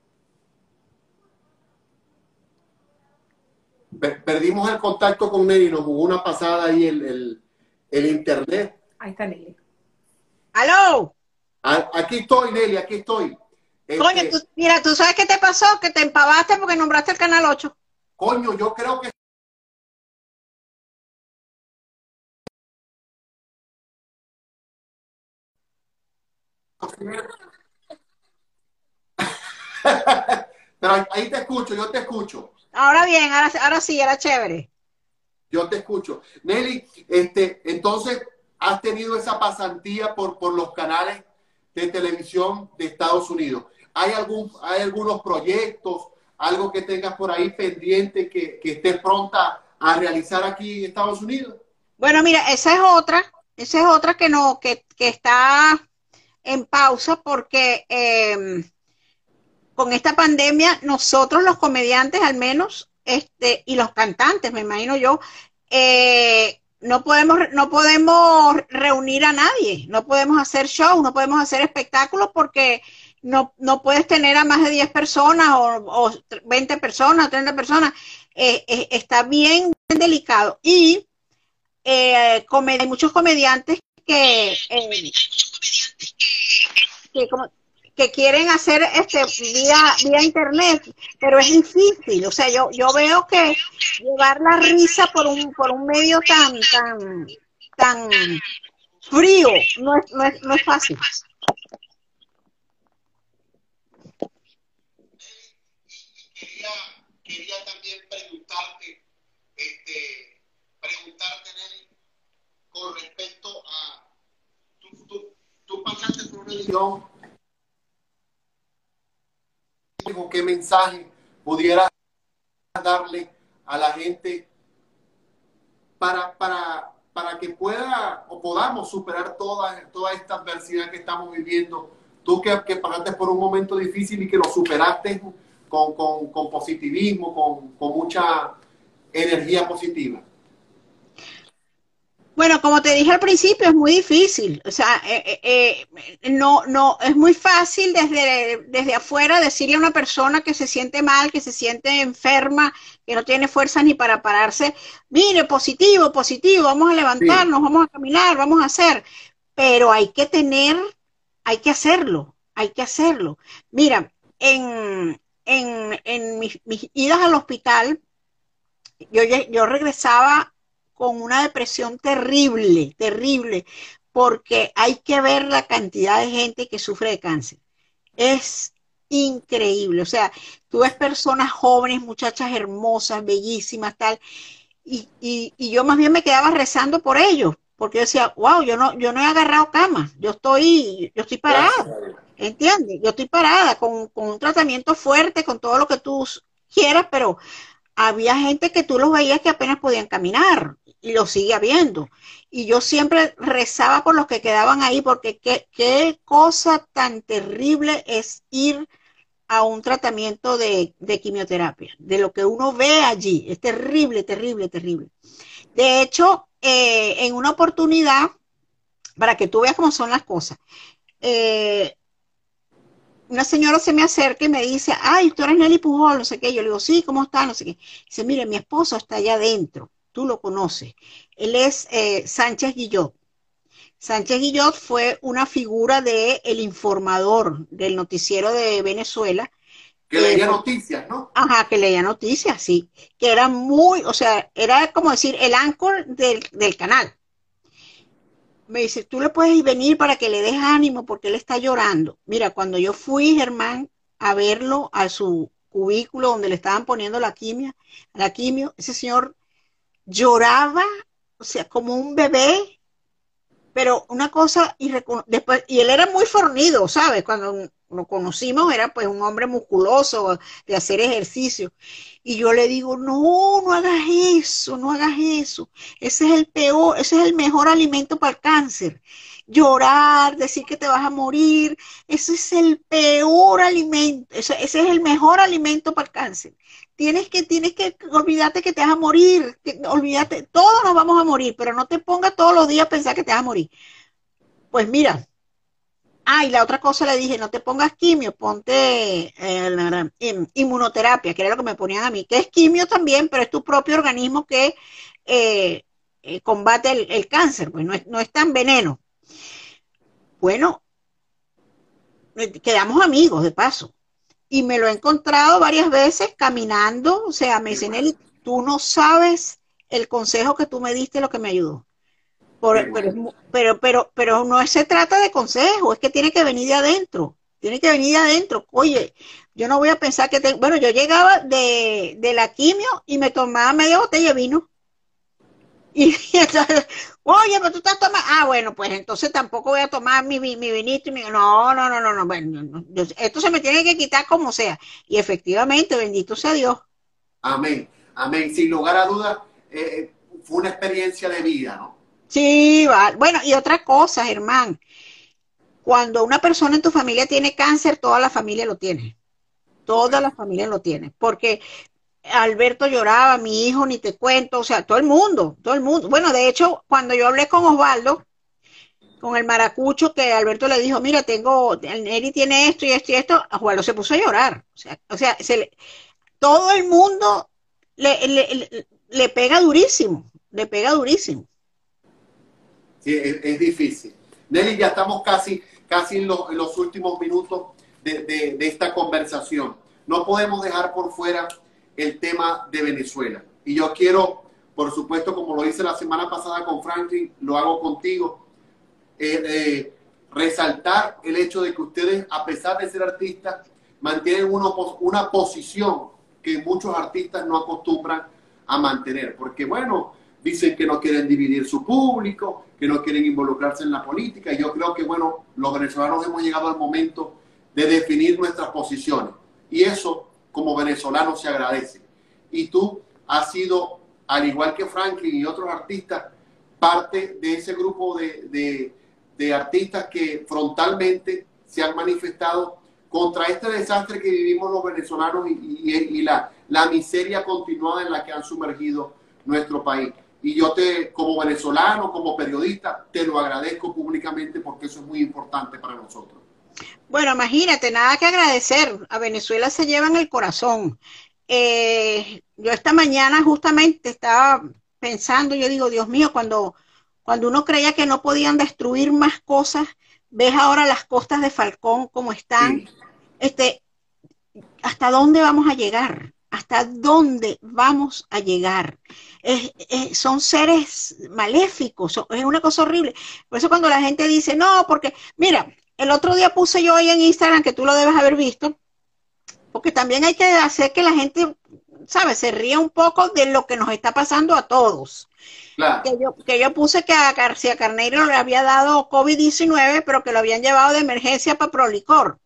per perdimos el contacto con Nelly, nos jugó una pasada ahí el, el, el internet. Ahí está Nelly. ¡Aló! A, aquí estoy, Nelly, aquí estoy. Este, Coño, tú, mira, ¿tú sabes qué te pasó? Que te empavaste porque nombraste el Canal ocho. Coño, yo creo que pero ahí, ahí te escucho, yo te escucho. Ahora bien, ahora, ahora sí, era chévere. Yo te escucho. Nelly, este, entonces, has tenido esa pasantía por, por los canales de televisión de Estados Unidos. ¿Hay, algún, hay algunos proyectos, algo que tengas por ahí pendiente que, que estés pronta a realizar aquí en Estados Unidos? Bueno, mira, esa es otra, esa es otra que no, que, que está en pausa porque eh, con esta pandemia nosotros los comediantes al menos, este, y los cantantes, me imagino yo, eh, no podemos, no podemos reunir a nadie, no podemos hacer show, no podemos hacer espectáculos porque no, no puedes tener a más de diez personas o, o veinte personas, treinta personas, eh, eh, está bien, bien delicado. Y eh, comed hay muchos comediantes que, eh, que, como, que quieren hacer este vía, vía internet, pero es difícil. O sea, yo, yo veo que llevar la risa por un, por un medio tan, tan, tan frío no es, no es, no es fácil. Quería, quería también preguntarte, este, preguntarte, Nelly, con respecto a, tú, tú, tú pasaste por una edición, ¿con qué mensaje pudieras darle a la gente para, para, para que pueda o podamos superar toda, toda esta adversidad que estamos viviendo? Tú que, que pasaste por un momento difícil y que lo superaste con, con, con positivismo, con, con mucha energía positiva. Bueno, como te dije al principio, es muy difícil. O sea, eh, eh, no, no, es muy fácil desde, desde afuera decirle a una persona que se siente mal, que se siente enferma, que no tiene fuerzas ni para pararse, mire, positivo, positivo, vamos a levantarnos, sí, vamos a caminar, vamos a hacer. Pero hay que tener, hay que hacerlo, hay que hacerlo. Mira, en, en, en mis, mis idas al hospital, yo, yo regresaba con una depresión terrible, terrible, porque hay que ver la cantidad de gente que sufre de cáncer. Es increíble. O sea, tú ves personas jóvenes, muchachas hermosas, bellísimas, tal, y, y, y yo más bien me quedaba rezando por ellos, porque yo decía, wow, yo no, yo no he agarrado cama, yo estoy, yo estoy parada, ¿entiendes? Yo estoy parada con, con un tratamiento fuerte, con todo lo que tú quieras, pero había gente que tú los veías que apenas podían caminar, y lo sigue habiendo. Y yo siempre rezaba por los que quedaban ahí, porque qué, qué cosa tan terrible es ir a un tratamiento de, de quimioterapia, de lo que uno ve allí. Es terrible, terrible, terrible. De hecho, eh, en una oportunidad, para que tú veas cómo son las cosas, eh, una señora se me acerca y me dice, ay, tú eres Nelly Pujol, no sé qué. Yo le digo, sí, ¿cómo está? No sé qué. Dice, mire, mi esposo está allá adentro, tú lo conoces. Él es eh, Sánchez Guillot. Sánchez Guillot fue una figura de El Informador, del noticiero de Venezuela. Que leía eh, noticias, ¿no? Ajá, que leía noticias, sí. Que era muy, o sea, era como decir el anchor del, del canal. Me dice, tú le puedes venir para que le des ánimo porque él está llorando. Mira, cuando yo fui, Germán, a verlo a su cubículo donde le estaban poniendo la quimio, la quimio, ese señor lloraba, o sea, como un bebé, pero una cosa, después, y él era muy fornido, ¿sabes? Cuando lo conocimos era pues un hombre musculoso de hacer ejercicio. Y yo le digo, no, no hagas eso, no hagas eso. Ese es el peor, ese es el mejor alimento para el cáncer. Llorar, decir que te vas a morir, ese es el peor alimento, ese, ese es el mejor alimento para el cáncer. Tienes que, tienes que olvidarte que te vas a morir, que, olvídate, todos nos vamos a morir, pero no te pongas todos los días a pensar que te vas a morir. Pues mira, Ah, y la otra cosa le dije, no te pongas quimio, ponte eh, la- la- in- inmunoterapia, que era lo que me ponían a mí, que es quimio también, pero es tu propio organismo que eh, eh, combate el, el cáncer, pues no es, no es tan veneno. Bueno, eh, quedamos amigos de paso. Y me lo he encontrado varias veces caminando, o sea, me Qué dice, bueno, Nelly, tú no sabes el consejo que tú me diste, lo que me ayudó. qué Por- pero, es bueno. mu- pero, pero, pero no se trata de consejo, es que tiene que venir de adentro, tiene que venir de adentro. Oye, yo no voy a pensar que, te- bueno, yo llegaba de, de la quimio y me tomaba media botella de vino. Y, entonces, oye, pero tú estás tomando, ah, bueno, pues entonces tampoco voy a tomar mi, mi, mi vinito y mi, no, no, no, no, no, bueno, no, yo- esto se me tiene que quitar como sea. Y efectivamente, bendito sea Dios. Amén, amén. Sin lugar a dudas, eh, fue una experiencia de vida, ¿no? Sí, va. Bueno, y otra cosa, Germán, cuando una persona en tu familia tiene cáncer, toda la familia lo tiene. Toda la Correcto. familia lo tiene. Porque Alberto lloraba, mi hijo, ni te cuento, o sea, todo el mundo, todo el mundo. Bueno, de hecho, cuando yo hablé con Osvaldo, con el maracucho, que Alberto le dijo, mira, tengo, el Neri tiene esto y esto y esto, Osvaldo se puso a llorar. O sea, o sea se le, todo el mundo le, le, le, le pega durísimo, le pega durísimo. Sí, es, es difícil. Nelly, ya estamos casi, casi en, los, en los últimos minutos de, de, de esta conversación. No podemos dejar por fuera el tema de Venezuela. Y yo quiero, por supuesto, como lo hice la semana pasada con Franklin, lo hago contigo, eh, eh, resaltar el hecho de que ustedes, a pesar de ser artistas, mantienen una, una posición que muchos artistas no acostumbran a mantener. Porque, bueno, dicen que no quieren dividir su público, que no quieren involucrarse en la política. Y yo creo que, bueno, los venezolanos hemos llegado al momento de definir nuestras posiciones. Y eso, como venezolanos, se agradece. Y tú has sido, al igual que Franklin y otros artistas, parte de ese grupo de, de, de artistas que frontalmente se han manifestado contra este desastre que vivimos los venezolanos y, y, y la, la miseria continuada en la que han sumergido nuestro país. Y yo te, como venezolano, como periodista, te lo agradezco públicamente porque eso es muy importante para nosotros. Bueno, imagínate, nada que agradecer. A Venezuela se lleva en el corazón. Eh, yo esta mañana justamente estaba pensando, yo digo, Dios mío, cuando, cuando uno creía que no podían destruir más cosas, ves ahora las costas de Falcón como están. Sí, Este, ¿hasta dónde vamos a llegar? ¿Hasta dónde vamos a llegar? Es, es, son seres maléficos, son, es una cosa horrible. Por eso cuando la gente dice, no, porque, mira, el otro día puse yo ahí en Instagram, que tú lo debes haber visto, porque también hay que hacer que la gente, ¿sabes?, se ría un poco de lo que nos está pasando a todos. claro. Que yo, que yo puse que a García Carneiro le había dado COVID diecinueve, pero que lo habían llevado de emergencia para Prolicor.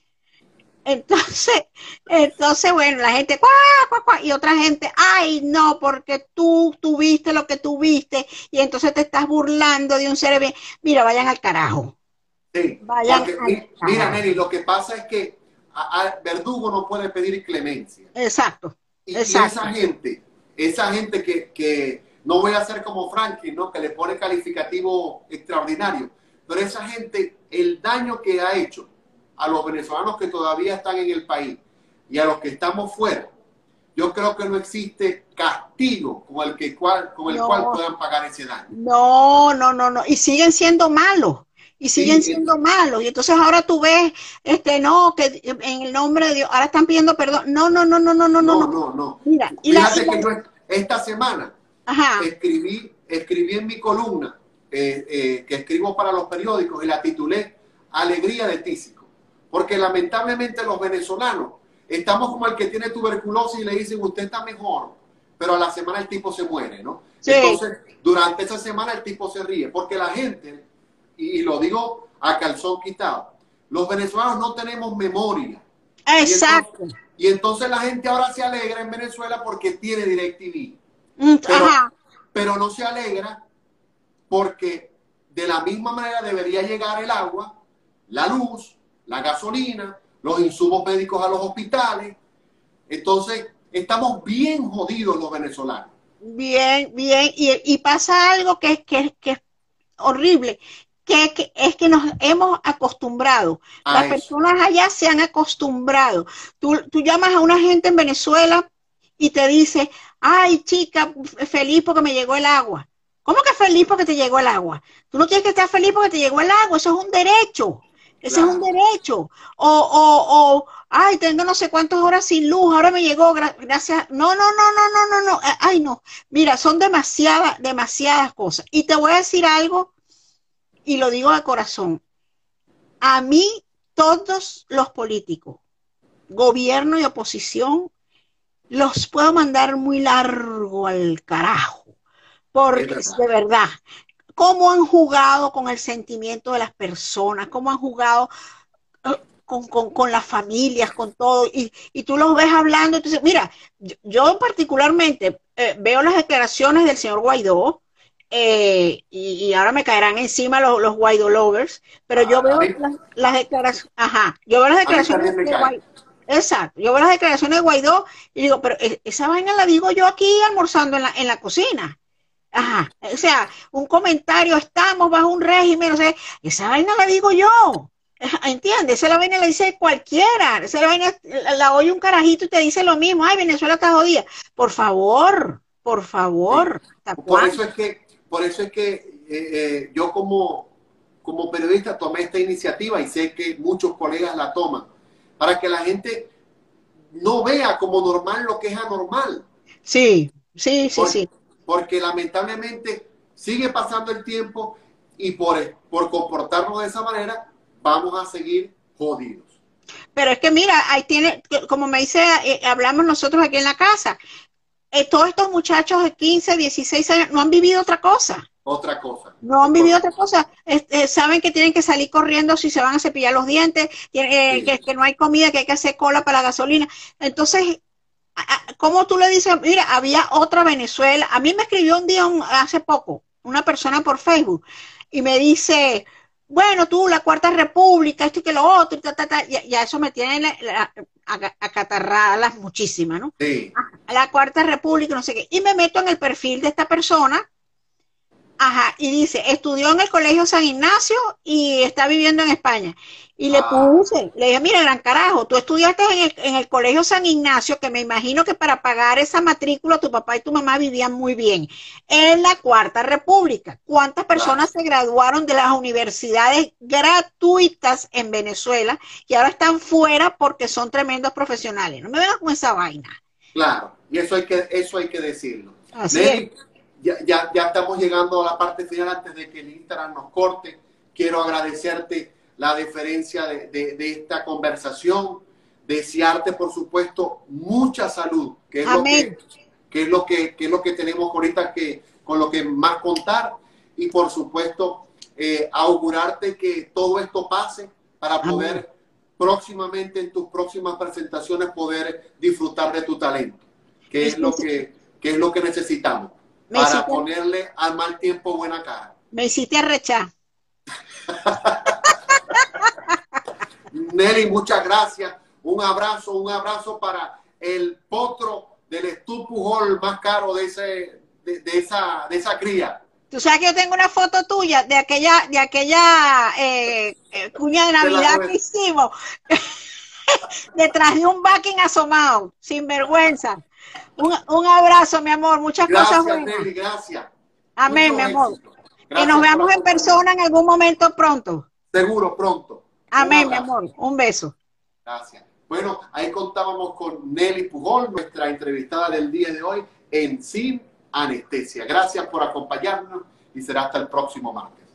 Entonces, entonces, bueno, la gente, ¡cuá, cuá, cuá! Y otra gente, ay, no, porque tú tuviste lo que tuviste y entonces te estás burlando de un ser bien. Mira, vayan al carajo. Sí, Vayan porque al mira, carajo. Neri, lo que pasa es que a, a Verdugo no puede pedir clemencia. Exacto, Y, y esa exacto. gente, esa gente que, que no voy a hacer como Franklin, ¿no? Que le pone calificativo extraordinario, pero esa gente, el daño que ha hecho a los venezolanos que todavía están en el país y a los que estamos fuera, yo creo que no existe castigo con el, que, cual, con el cual No, puedan pagar ese daño. no, no, no, no. Y siguen siendo malos. Y siguen Sí, es, siendo malos. Y entonces ahora tú ves, este, no, que en el nombre de Dios, ahora están pidiendo perdón. No, no, no, no, no, no, no, no, no. no, no. Mira, y la, y Fíjate la, que yo esta semana ajá, escribí, escribí en mi columna eh, eh, que escribo para los periódicos y la titulé Alegría de Tísico. Porque lamentablemente los venezolanos estamos como el que tiene tuberculosis y le dicen usted está mejor, pero a la semana el tipo se muere, ¿no? sí, Entonces, durante esa semana el tipo se ríe, porque la gente, y, y lo digo a calzón quitado, los venezolanos no tenemos memoria. Y entonces, exacto. y entonces la gente ahora se alegra en Venezuela porque tiene DirecTV. Mm, Pero, ajá, pero no se alegra porque de la misma manera debería llegar el agua, la luz, la gasolina, los insumos médicos a los hospitales. Entonces, estamos bien jodidos los venezolanos. bien, bien. Y, y pasa algo que, que, que es horrible. que, que es que nos hemos acostumbrado. A Las eso. personas allá se han acostumbrado. Tú, tú llamas a una gente en Venezuela y te dice, ay, chica, feliz porque me llegó el agua. ¿Cómo que feliz porque te llegó el agua? Tú no tienes que estar feliz porque te llegó el agua, eso es un derecho. Ese es un Claro. derecho. O, o, o, ay, tengo no sé cuántas horas sin luz, ahora me llegó, gra gracias. No, no, no, no, no, no, no. Ay, no. Mira, son demasiadas, demasiadas cosas. Y te voy a decir algo, y lo digo de corazón. A mí, todos los políticos, gobierno y oposición, los puedo mandar muy largo al carajo. Es Porque verdad. de verdad, cómo han jugado con el sentimiento de las personas, cómo han jugado eh, con, con, con las familias, con todo, y, y tú los ves hablando, entonces, mira, yo, yo particularmente eh, veo las declaraciones del señor Guaidó, eh, y, y ahora me caerán encima los, los Guaidó lovers, pero yo A, a veo mí, las, las declaraciones, ajá, yo veo las a mí declaraciones también me de cae. Guaidó, exacto, yo veo las declaraciones de Guaidó y digo, pero esa vaina la digo yo aquí almorzando en la, en la cocina. Ajá, o sea, un comentario, estamos bajo un régimen, o sea, esa vaina la digo yo, ¿entiendes? Esa la vaina la dice cualquiera, esa la vaina la, la oye un carajito y te dice lo mismo, ay, Venezuela está jodida. Por favor, por Sí. favor, ¿hasta Por cuándo? eso es que, por eso es que eh, eh, yo como, como periodista tomé esta iniciativa y sé que muchos colegas la toman, para que la gente no vea como normal lo que es anormal. Sí, sí, sí, Por, sí. porque lamentablemente sigue pasando el tiempo y por, por comportarnos de esa manera vamos a seguir jodidos. Pero es que mira, ahí tiene, como me dice, eh, hablamos nosotros aquí en la casa, eh, todos estos muchachos de quince, dieciséis años no han vivido otra cosa. Otra cosa, No es han vivido otra correcto. cosa. Este, saben que tienen que salir corriendo si se van a cepillar los dientes, tiene, eh, Sí, que, que, no hay comida, que hay que hacer cola para la gasolina. Entonces, ¿cómo tú le dices? Mira, había otra Venezuela. A mí me escribió un día, un, hace poco, una persona por Facebook y me dice, bueno, tú, la Cuarta República, esto y que lo otro, y ta, ta, ta. Ya, ya eso me tiene la, la, acatarradas muchísimas, ¿no? sí. La Cuarta República, no sé qué. Y me meto en el perfil de esta persona. Ajá, y dice, estudió en el Colegio San Ignacio y está viviendo en España. Y le Ah, puse, le dije, mira, gran carajo, tú estudiaste en el, en el Colegio San Ignacio, que me imagino que para pagar esa matrícula tu papá y tu mamá vivían muy bien. En la Cuarta República, ¿cuántas claro. personas se graduaron de las universidades gratuitas en Venezuela y ahora están fuera porque son tremendos profesionales? No me vengas con esa vaina. Claro, y eso hay que, eso hay que decirlo. Así es. Nelly, ya, ya, ya estamos llegando a la parte final antes de que el Instagram nos corte. Quiero agradecerte la deferencia de, de, de esta conversación, desearte, por supuesto, mucha salud, que es lo que, Amén. que, es lo que, que es lo que tenemos ahorita que, con lo que más contar, y por supuesto, eh, augurarte que todo esto pase para Amén. poder próximamente en tus próximas presentaciones poder disfrutar de tu talento, que Y es lo sí, que, que es lo que necesitamos me para hiciste, ponerle al mal tiempo buena cara. me hiciste arrechar. Nelly, muchas gracias. Un abrazo, un abrazo para el potro del Estupujol más caro de, ese, de, de, esa, de esa cría. Tú sabes que yo tengo una foto tuya de aquella, de aquella eh, eh, cuña de De la Navidad que joven. hicimos detrás de un backing asomado, sin vergüenza. Un, un abrazo, mi amor, muchas cosas Gracias, buenas. Nelly, gracias. Amén, mi Muchos amor. éxitos. Que nos Gracias por veamos en acompañarnos. persona en algún momento pronto. Seguro, pronto. Un Amén, mi abrazo. amor. Un beso. Gracias. Bueno, ahí contábamos con Nelly Pujol, nuestra entrevistada del día de hoy en Sin Anestesia. Gracias por acompañarnos y será hasta el próximo martes.